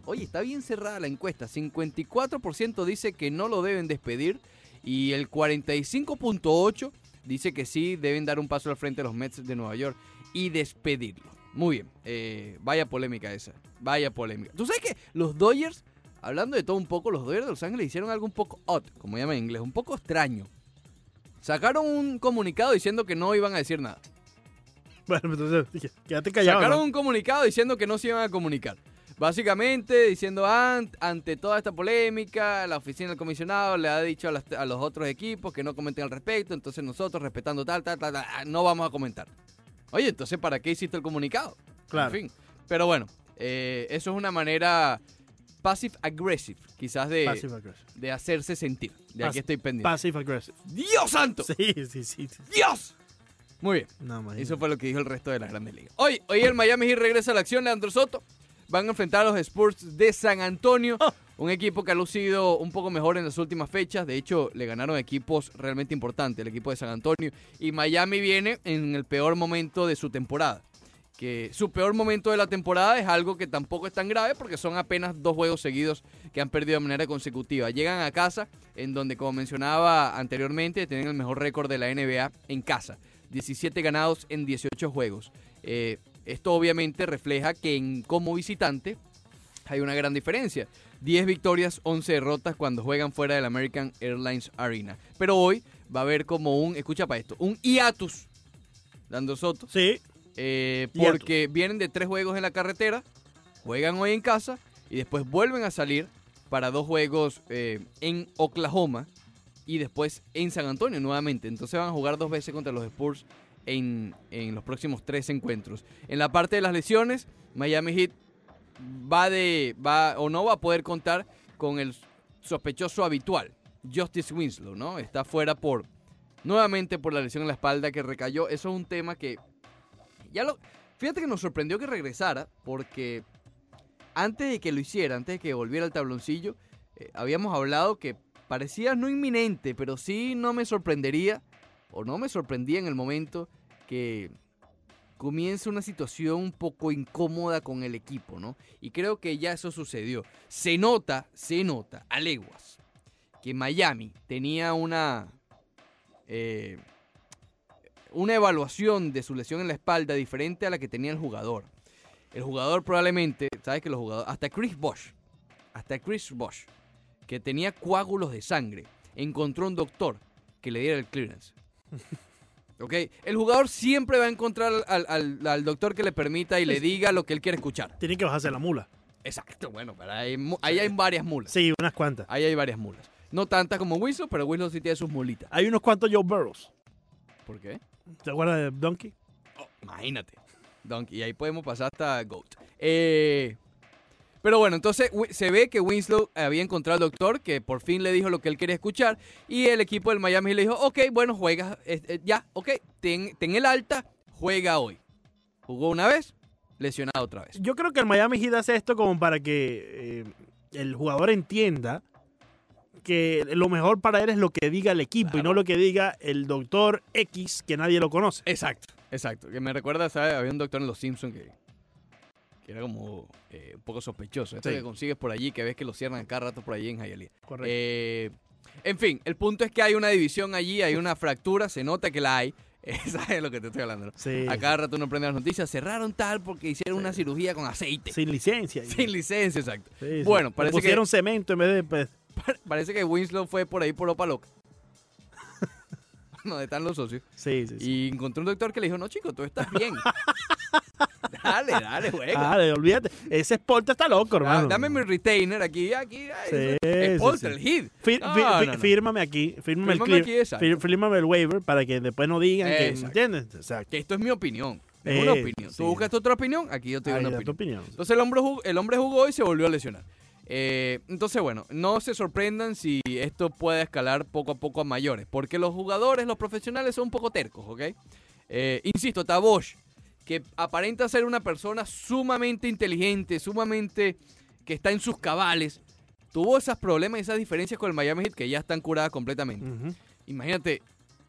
oye, está bien cerrada la encuesta. cincuenta y cuatro por ciento dice que no lo deben despedir y el cuarenta y cinco punto ocho por ciento dice que sí deben dar un paso al frente a los Mets de Nueva York y despedirlo. Muy bien, eh, vaya polémica esa, vaya polémica. ¿Tú sabes que los Dodgers, hablando de todo un poco, los Dodgers de Los Ángeles hicieron algo un poco odd, como llaman en inglés, un poco extraño? Sacaron un comunicado diciendo que no iban a decir nada. Bueno, entonces, quédate callado. Sacaron ¿no? un comunicado diciendo que no se iban a comunicar. Básicamente diciendo, ah, ante toda esta polémica, la oficina del comisionado le ha dicho a, las, a los otros equipos que no comenten al respecto, entonces nosotros, respetando tal, tal, tal, tal, no vamos a comentar. Oye, entonces, ¿para qué hiciste el comunicado? Claro. En fin. Pero bueno, eh, eso es una manera passive-aggressive, quizás de, Passive aggressive. de hacerse sentir. De Pas- aquí estoy pendiente. Passive aggressive. ¡Dios santo! Sí, sí, sí. sí. ¡Dios! Muy bien. No, imagínate. Eso fue lo que dijo el resto de las grandes ligas. Hoy, hoy el Miami Heat regresa a la acción. Leandro Soto van a enfrentar a los Spurs de San Antonio. Oh. Un equipo que ha lucido un poco mejor en las últimas fechas. De hecho, le ganaron equipos realmente importantes, el equipo de San Antonio. Y Miami viene en el peor momento de su temporada. Que su peor momento de la temporada es algo que tampoco es tan grave porque son apenas dos juegos seguidos que han perdido de manera consecutiva. Llegan a casa en donde, como mencionaba anteriormente, tienen el mejor récord de la N B A en casa. diecisiete ganados en dieciocho juegos. Eh, esto obviamente refleja que en, como visitante hay una gran diferencia. diez victorias, once derrotas cuando juegan fuera del American Airlines Arena. Pero hoy va a haber como un, escucha para esto, un hiatus, Leandro Soto. Sí. Eh, porque vienen de tres juegos en la carretera, juegan hoy en casa y después vuelven a salir para dos juegos eh, en Oklahoma y después en San Antonio nuevamente. Entonces van a jugar dos veces contra los Spurs en, en los próximos tres encuentros. En la parte de las lesiones, Miami Heat va de va o no va a poder contar con el sospechoso habitual, Justice Winslow, ¿no? Está fuera por nuevamente por la lesión en la espalda que recayó. Eso es un tema que ya lo fíjate que nos sorprendió que regresara porque antes de que lo hiciera, antes de que volviera al tabloncillo, eh, habíamos hablado que parecía no inminente, pero sí no me sorprendería o no me sorprendía en el momento que comienza una situación un poco incómoda con el equipo, ¿no? Y creo que ya eso sucedió. Se nota, se nota a leguas que Miami tenía una eh, una evaluación de su lesión en la espalda diferente a la que tenía el jugador. El jugador probablemente, ¿sabes que los jugadores, hasta Chris Bosh, hasta Chris Bosh, que tenía coágulos de sangre, encontró un doctor que le diera el clearance. ¿Ok? El jugador siempre va a encontrar al, al, al doctor que le permita y le diga lo que él quiere escuchar. Tiene que bajarse la mula. Exacto, bueno, pero ahí, ahí hay varias mulas. Sí, unas cuantas. Ahí hay varias mulas. No tantas como Winslow, pero Winslow sí tiene sus mulitas. Hay unos cuantos Joe Burrows. ¿Por qué? ¿Te acuerdas de Donkey? Oh, imagínate. Donkey. Y ahí podemos pasar hasta GOAT. Eh, pero bueno, entonces se ve que Winslow había encontrado al doctor que por fin le dijo lo que él quería escuchar. Y el equipo del Miami le dijo, ok, bueno, juega, eh, eh, ya, ok, ten, ten el alta, juega hoy. Jugó una vez, lesionado otra vez. Yo creo que el Miami Heat hace esto como para que eh, el jugador entienda que lo mejor para él es lo que diga el equipo Claro. y no lo que diga el doctor X que nadie lo conoce. Exacto, exacto. Que me recuerda, ¿sabes? Había un doctor en Los Simpsons que, que era como eh, un poco sospechoso. Esto Sí. que consigues por allí, que ves que lo cierran cada rato por allí en Hialeah. Correcto. Eh, en fin, el punto es que hay una división allí, hay una fractura, se nota que la hay. ¿Sabes de lo que te estoy hablando? ¿No? Sí. A cada rato uno prende las noticias, cerraron tal porque hicieron Sí. una cirugía con aceite. Sin licencia. Sin licencia, exacto. Sí, sí. Bueno, Le parece que, pusieron cemento en vez de... pues, parece que Winslow fue por ahí por Opa Loca. Donde están los socios. sí, sí, sí. Y encontró un doctor que le dijo, no, chico, tú estás bien. dale, dale, juega. Ah, olvídate. Ese Sport está loco, Ah, hermano. dame mi retainer aquí, aquí. Ay, Sí, es sí, Polter, sí. el hit. Fir- No, fi- fi- no, no. Fírmame aquí. Fírmame, Fírmame el aquí, clear. exacto. Fir- Fírmame el waiver para que después no digan que... Exacto. ¿Entiendes? Exacto. Que esto es mi opinión. Es Eh, una opinión. sí. Tú buscas tu otra opinión, aquí yo te doy Ahí una da tu opinión. opinión. Entonces el hombre, jugó, el hombre jugó y se volvió a lesionar. Eh, entonces, bueno, no se sorprendan si esto puede escalar poco a poco a mayores, porque los jugadores, los profesionales son un poco tercos, ¿ok? Eh, insisto, Tabosh, que aparenta ser una persona sumamente inteligente, sumamente que está en sus cabales, tuvo esos problemas y esas diferencias con el Miami Heat que ya están curadas completamente. Ujú. Imagínate,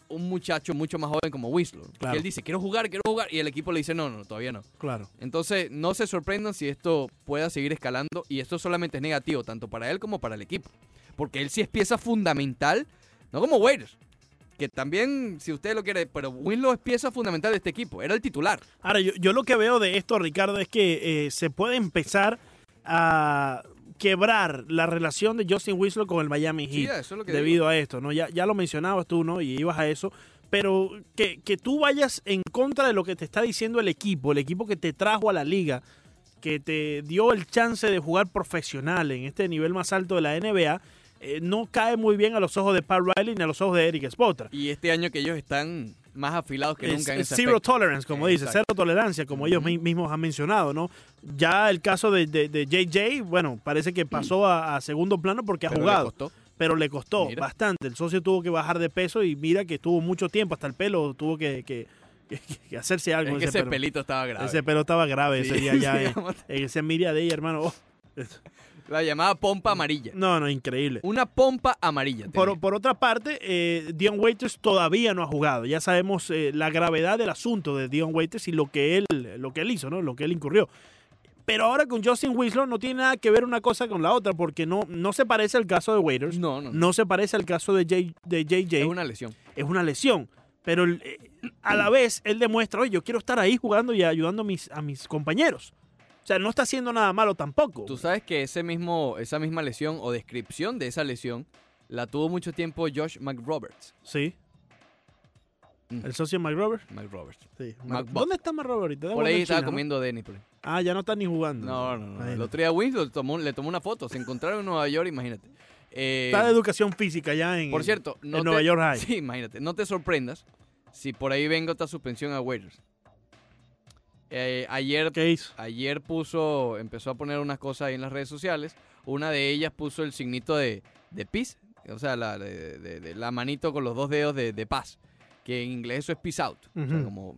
un muchacho mucho más joven como Winslow. Claro. Que él dice, quiero jugar, quiero jugar, y el equipo le dice, no, no, todavía no. Claro. Entonces, no se sorprendan si esto pueda seguir escalando, y esto solamente es negativo, tanto para él como para el equipo. Porque él sí es pieza fundamental, no como Waiters, que también, si usted lo quiere, pero Winslow es pieza fundamental de este equipo, era el titular. Ahora, yo, yo lo que veo de esto, Ricardo, es que eh, se puede empezar a quebrar la relación de Justin Winslow con el Miami Heat Sí, eso es lo que debido digo. a esto, ¿no? Ya, ya lo mencionabas tú, ¿no? Y ibas a eso. Pero que, que tú vayas en contra de lo que te está diciendo el equipo, el equipo que te trajo a la liga, que te dio el chance de jugar profesional en este nivel más alto de la N B A, eh, no cae muy bien a los ojos de Pat Riley ni a los ojos de Eric Spoelstra. Y este año que ellos están más afilados que Es, nunca en es ese zero aspecto. tolerance, como Eh, dice, exacto. cero tolerancia, como ellos mi- mismos han mencionado, ¿no? Ya el caso de, de, de J J, bueno, parece que pasó a, a segundo plano porque ha Pero le jugado, costó. pero le costó Mira. bastante. El socio tuvo que bajar de peso y mira que estuvo mucho tiempo, hasta el pelo tuvo que, que, que- que hacerse algo. Es en que ese ese pelo. pelito estaba grave. Ese pelo estaba grave ese Sí, día ya se en, llama- en ese Media Day, hermano. Oh, La llamada pompa amarilla. no, no, increíble. Una pompa amarilla. Por, tenía. por otra parte, eh, Dion Waiters todavía no ha jugado. Ya sabemos eh, la gravedad del asunto de Dion Waiters y lo que él, lo que él hizo, ¿no? Lo que él incurrió. Pero ahora con Justin Winslow no tiene nada que ver una cosa con la otra porque no, no se parece al caso de Waiters. No, no, no. No se parece al caso de J, de J J. Es una lesión. Es una lesión. Pero eh, a la vez él demuestra, oye, yo quiero estar ahí jugando y ayudando a mis, a mis compañeros. O sea, no está haciendo nada malo tampoco. Tú sabes que ese mismo, esa misma lesión o descripción de esa lesión la tuvo mucho tiempo Josh McRoberts. Sí. Mm. El socio Mike Roberts. McRoberts. Sí. Mac- ¿Dónde está Mike Roberts ahorita? Debe Por jugar ahí en estaba China, ¿no? comiendo Denis. por ahí. Ah, ya no está ni jugando. No, no, no. Imagínate. El otro día Winslow tomó, le tomó una foto. Se encontraron en Nueva York, imagínate. Eh, Está de educación física ya en, por cierto, no en te- Nueva York High. Sí, imagínate. No te sorprendas si por ahí venga otra suspensión a Waiters. Eh, ayer, ¿Qué hizo? ayer puso, empezó a poner unas cosas ahí en las redes sociales. Una de ellas puso el signito de, de peace, o sea, la, de, de- de la manito con los dos dedos de, de paz, que en inglés eso es peace out. O sea, Ujú. como,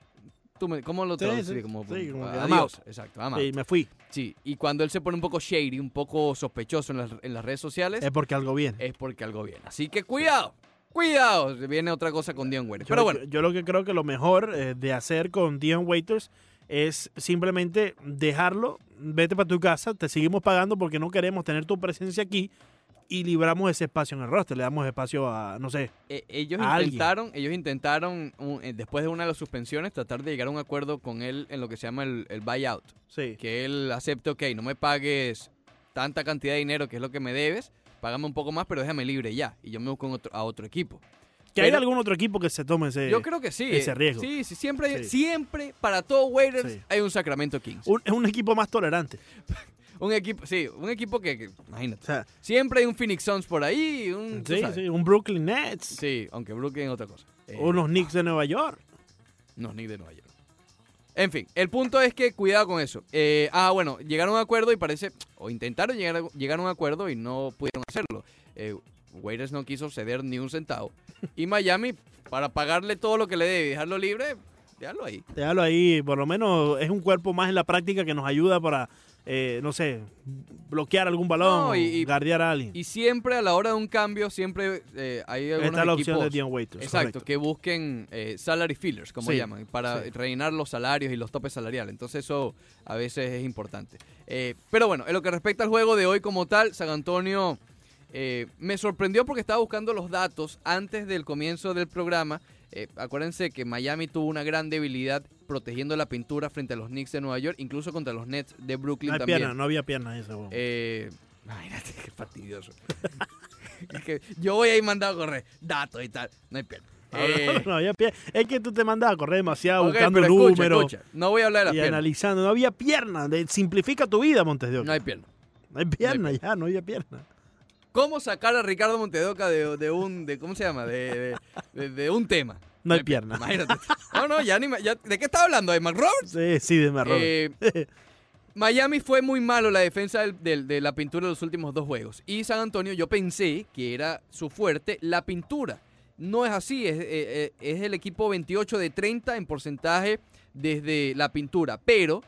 tú me- ¿cómo lo Sí, traducirías? sí, Como, sí, como que adiós. I'm out. Exacto, I'm out. Sí, me fui. Sí, y cuando él se pone un poco shady, un poco sospechoso en las, en las redes sociales, Es porque algo bien. es porque algo viene. Así que cuidado, cuidado, viene otra cosa con Dion Waiters. Yo, Pero bueno, yo, yo lo que creo que lo mejor eh, de hacer con Dion Waiters es simplemente dejarlo, vete para tu casa, te seguimos pagando porque no queremos tener tu presencia aquí y libramos ese espacio en el roster, le damos espacio a, no sé, eh, ellos a alguien. intentaron, ellos intentaron un- eh, después de una de las suspensiones tratar de llegar a un acuerdo con él en lo que se llama el, el buyout, sí. que él acepte, ok, no me pagues tanta cantidad de dinero que es lo que me debes, págame un poco más, pero déjame libre ya y yo me busco en otro- a otro equipo. Que hay Pero- algún otro equipo que se tome ese... Yo creo que sí. ese eh, riesgo. Sí, sí, siempre, hay- Sí. siempre para todo Waiters Sí. hay un Sacramento Kings. un, es un equipo más tolerante. Un equipo, sí, un equipo que, que, imagínate, O sea, siempre hay un Phoenix Suns por ahí, un, tú sí, sabes. sí, un Brooklyn Nets, Sí, aunque Brooklyn es otra cosa. Eh, unos Knicks de Nueva York. No, ni de Nueva York. En fin, el punto es que cuidado con eso. Eh, ah, bueno, llegaron a un acuerdo y parece, o intentaron llegar a, llegar a un acuerdo y no pudieron hacerlo. Eh, Waiters no quiso ceder ni un centavo. Y Miami, para pagarle todo lo que le debe y dejarlo libre, déjalo ahí. Déjalo ahí, por lo menos es un cuerpo más en la práctica que nos ayuda para, eh, no sé, bloquear algún balón, No, y- y- guardiar a alguien. Y siempre a la hora de un cambio, siempre eh, hay algunos Está la opción equipos- de Dion Waiters. Exacto, correcto. que busquen eh, salary fillers, como Sí, llaman, para sí. rellenar los salarios y los topes salariales. Entonces eso a veces es importante. Eh, pero bueno, en lo que respecta al juego de hoy como tal, San Antonio eh, me sorprendió porque estaba buscando los datos antes del comienzo del programa. Eh, acuérdense que Miami tuvo una gran debilidad protegiendo la pintura frente a los Knicks de Nueva York, incluso contra los Nets de Brooklyn No hay también. pierna, no había pierna ese juego. Eh, imagínate qué fastidioso. Es que yo voy ahí mandado a correr datos y tal. No hay pierna. Eh, no había pierna. Es que tú te mandas a correr demasiado ok, buscando pero escucha, números escucha, no voy a hablar de las y piernas. analizando. No había pierna. De- simplifica tu vida, Montes de Oca. No hay pierna. No hay pierna, no hay ya, no había pierna. ¿Cómo sacar a Ricardo Montedoca de, de un, de, ¿cómo se llama? De, de, de- de un tema. No hay pierna. Imagínate. No, no, ya ni me- ya- ¿de qué estaba hablando? ¿De McRoberts? Sí, sí, de marrón. Eh, Miami fue muy malo la defensa del- del- de la pintura de los últimos dos juegos. Y San Antonio, yo pensé que era su fuerte la pintura. No es así, es, eh, eh, es el equipo veintiocho de treinta en porcentaje desde la pintura. Pero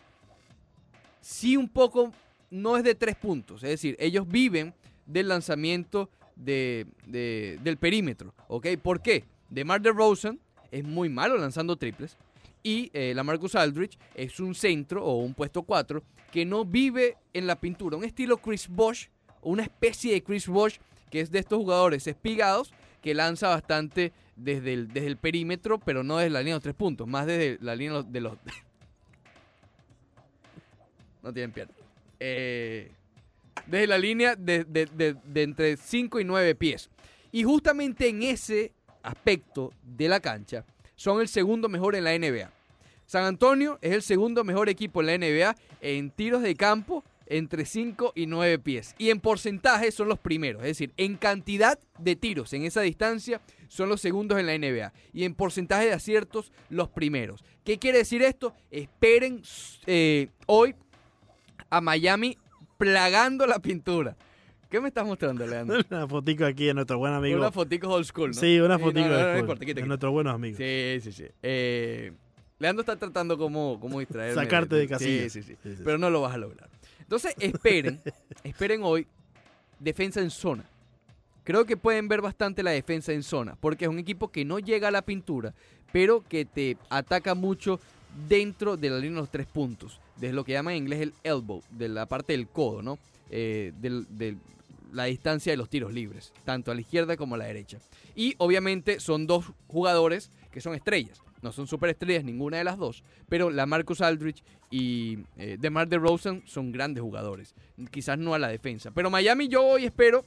sí un poco, no es de tres puntos. Es decir, ellos viven del lanzamiento de, de- del perímetro. ¿Ok? ¿Por qué? DeMar DeRozan es muy malo lanzando triples. Y eh, LaMarcus Aldridge es un centro o un puesto cuatro que no vive en la pintura. Un estilo Chris Bosh, una especie de Chris Bosh, que es de estos jugadores espigados, que lanza bastante desde el, desde el perímetro, pero no desde la línea de los tres puntos, más desde la línea de los... no tienen pierna. Eh, desde la línea de, de, de, de entre cinco y nueve pies. Y justamente en ese aspecto de la cancha, son el segundo mejor en la N B A. San Antonio es el segundo mejor equipo en la N B A en tiros de campo entre cinco y nueve pies. Y en porcentaje son los primeros. Es decir, en cantidad de tiros en esa distancia son los segundos en la N B A. Y en porcentaje de aciertos los primeros. ¿Qué quiere decir esto? Esperen eh, hoy a Miami plagando la pintura. ¿Qué me estás mostrando, Leandro? Una fotico aquí de nuestro buen amigo. Una fotico old school, ¿no? Sí, una fotico sí, no, no, no, de, no importa, quita, de quita. nuestros buenos amigos. Sí, sí, sí. Eh, Leandro está tratando como, como distraerme. Sacarte de casilla. Sí, sí, sí, sí, sí. Pero no lo vas a lograr. Entonces, esperen, esperen hoy defensa en zona. Creo que pueden ver bastante la defensa en zona, porque es un equipo que no llega a la pintura, pero que te ataca mucho dentro de la línea de los tres puntos, desde lo que llaman en inglés el elbow, de la parte del codo, ¿no? Eh, del, del la distancia de los tiros libres, tanto a la izquierda como a la derecha. Y obviamente son dos jugadores que son estrellas. No son superestrellas ninguna de las dos, pero LaMarcus Aldridge y eh, DeMar DeRozan son grandes jugadores. Quizás no a la defensa. Pero Miami yo hoy espero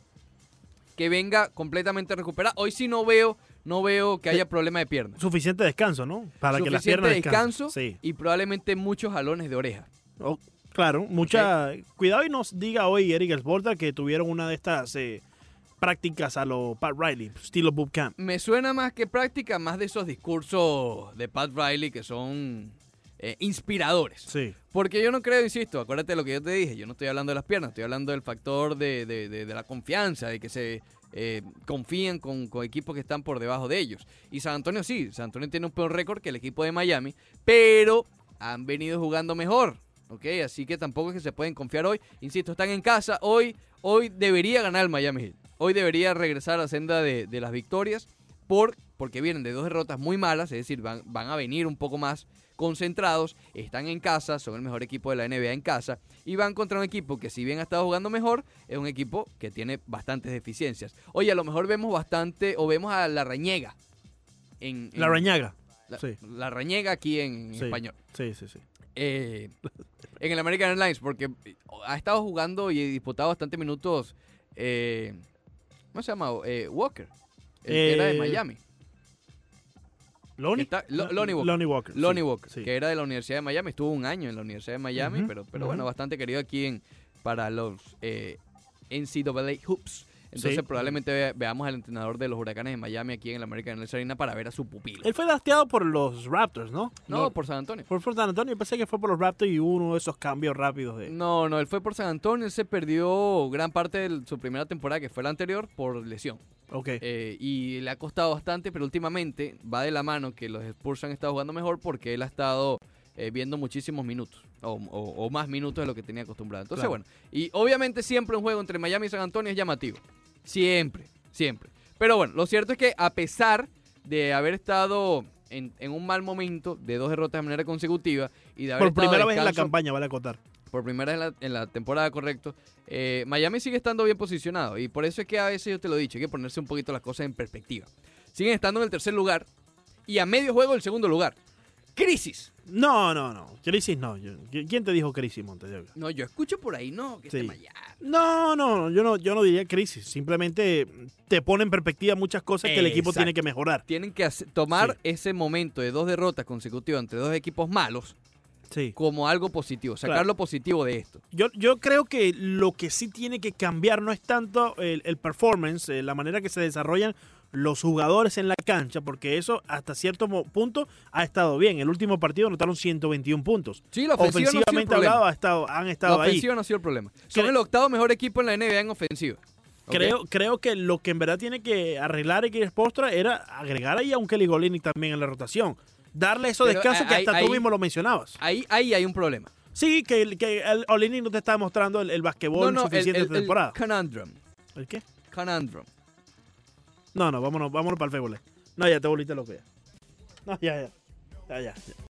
que venga completamente recuperada. Hoy sí no veo, no veo que haya problema de piernas. Suficiente descanso, ¿no? Para Suficiente que las piernas descanso descansen. Sí. Y probablemente muchos jalones de oreja. Oh, claro, mucha... Okay. Cuidado y nos diga hoy Eric Spoelstra que tuvieron una de estas eh, prácticas a lo Pat Riley, estilo bootcamp. Me suena más que práctica, más de esos discursos de Pat Riley que son eh, inspiradores. Sí. Porque yo no creo, insisto, acuérdate de lo que yo te dije, yo no estoy hablando de las piernas, estoy hablando del factor de, de, de, de la confianza, de que se eh, confían con, con equipos que están por debajo de ellos. Y San Antonio sí, San Antonio tiene un peor récord que el equipo de Miami, pero han venido jugando mejor. ¿Ok? Así que tampoco es que se pueden confiar hoy. Insisto, están en casa. Hoy, hoy debería ganar el Miami Heat. Hoy debería regresar a la senda de, de las victorias por, porque vienen de dos derrotas muy malas. Es decir, van, van a venir un poco más concentrados. Están en casa, son el mejor equipo de la N B A en casa. Y van contra un equipo que si bien ha estado jugando mejor, es un equipo que tiene bastantes deficiencias. Oye, a lo mejor vemos bastante, o vemos a la Rañega. En, en, la Rañaga. La, sí. la Rañega aquí en, en sí. español. Sí, sí, sí. Eh, en el American Airlines, porque ha estado jugando y disputado bastantes minutos. Eh, ¿Cómo se llama? Eh, Walker, el eh, que era de Miami. Lonnie, está, Lo, Lonnie Walker. Lonnie Walker, Lonnie sí, Walker sí. que era de la Universidad de Miami. Estuvo un año en la Universidad de Miami, uh-huh, pero, pero uh-huh. bueno, bastante querido aquí en, para los eh, N C A A Hoops. Entonces sí. probablemente ve, veamos al entrenador de los Huracanes de Miami aquí en el American Airlines Arena para ver a su pupilo. Él fue drafteado por los Raptors, ¿no? No, no por San Antonio. Por, por San Antonio. Yo pensé que fue por los Raptors y hubo uno de esos cambios rápidos. De... No, no, él fue por San Antonio. Él se perdió gran parte de su primera temporada, que fue la anterior, por lesión. Ok. Eh, y le ha costado bastante, pero últimamente va de la mano que los Spurs han estado jugando mejor porque él ha estado eh, viendo muchísimos minutos. O, o, o más minutos de lo que tenía acostumbrado. Entonces, claro. bueno. Y obviamente siempre un juego entre Miami y San Antonio es llamativo. Siempre, siempre. Pero bueno, lo cierto es que a pesar de haber estado en, en un mal momento, de dos derrotas de manera consecutiva, y de haber por primera estado vez en la descanso, campaña, vale acotar. Por primera vez en la, en la temporada, correcto, eh, Miami sigue estando bien posicionado. Y por eso es que a veces yo te lo he dicho, hay que ponerse un poquito las cosas en perspectiva. Siguen estando en el tercer lugar y a medio juego del segundo lugar. ¡Crisis! No, no, no. Crisis no. Yo, ¿quién te dijo crisis, Montediego? No, yo escucho por ahí, no, que sí. esté Miami. No, no, yo no, yo no diría crisis. Simplemente te pone en perspectiva muchas cosas que el equipo Exacto. tiene que mejorar. Tienen que hacer, tomar sí. ese momento de dos derrotas consecutivas entre dos equipos malos sí. como algo positivo, sacar claro. lo positivo de esto. Yo, yo creo que lo que sí tiene que cambiar no es tanto el, el performance, eh, la manera que se desarrollan los jugadores en la cancha, porque eso hasta cierto punto ha estado bien. El último partido anotaron ciento veintiún puntos. Sí, la ofensiva ofensivamente no ha sido el hablado ha estado, han estado la ahí. La ofensiva no ha sido el problema. Son Cre el octavo mejor equipo en la N B A en ofensiva. Creo, ¿Okay? creo que lo que en verdad tiene que arreglar Eric Spoelstra era agregar ahí a un Kelly Olynyk también en la rotación. Darle esos descansos que hasta ahí, tú mismo lo mencionabas. Ahí, ahí hay un problema. Sí, que, que el Olynyk no te está demostrando el, el basquetbol no, no, suficiente el, el, esta temporada. El conundrum. ¿El qué? Conundrum. No, no, vámonos, vámonos para el fútbol. No, ya te volviste loco ya. No, ya, ya. Ya, ya. ya.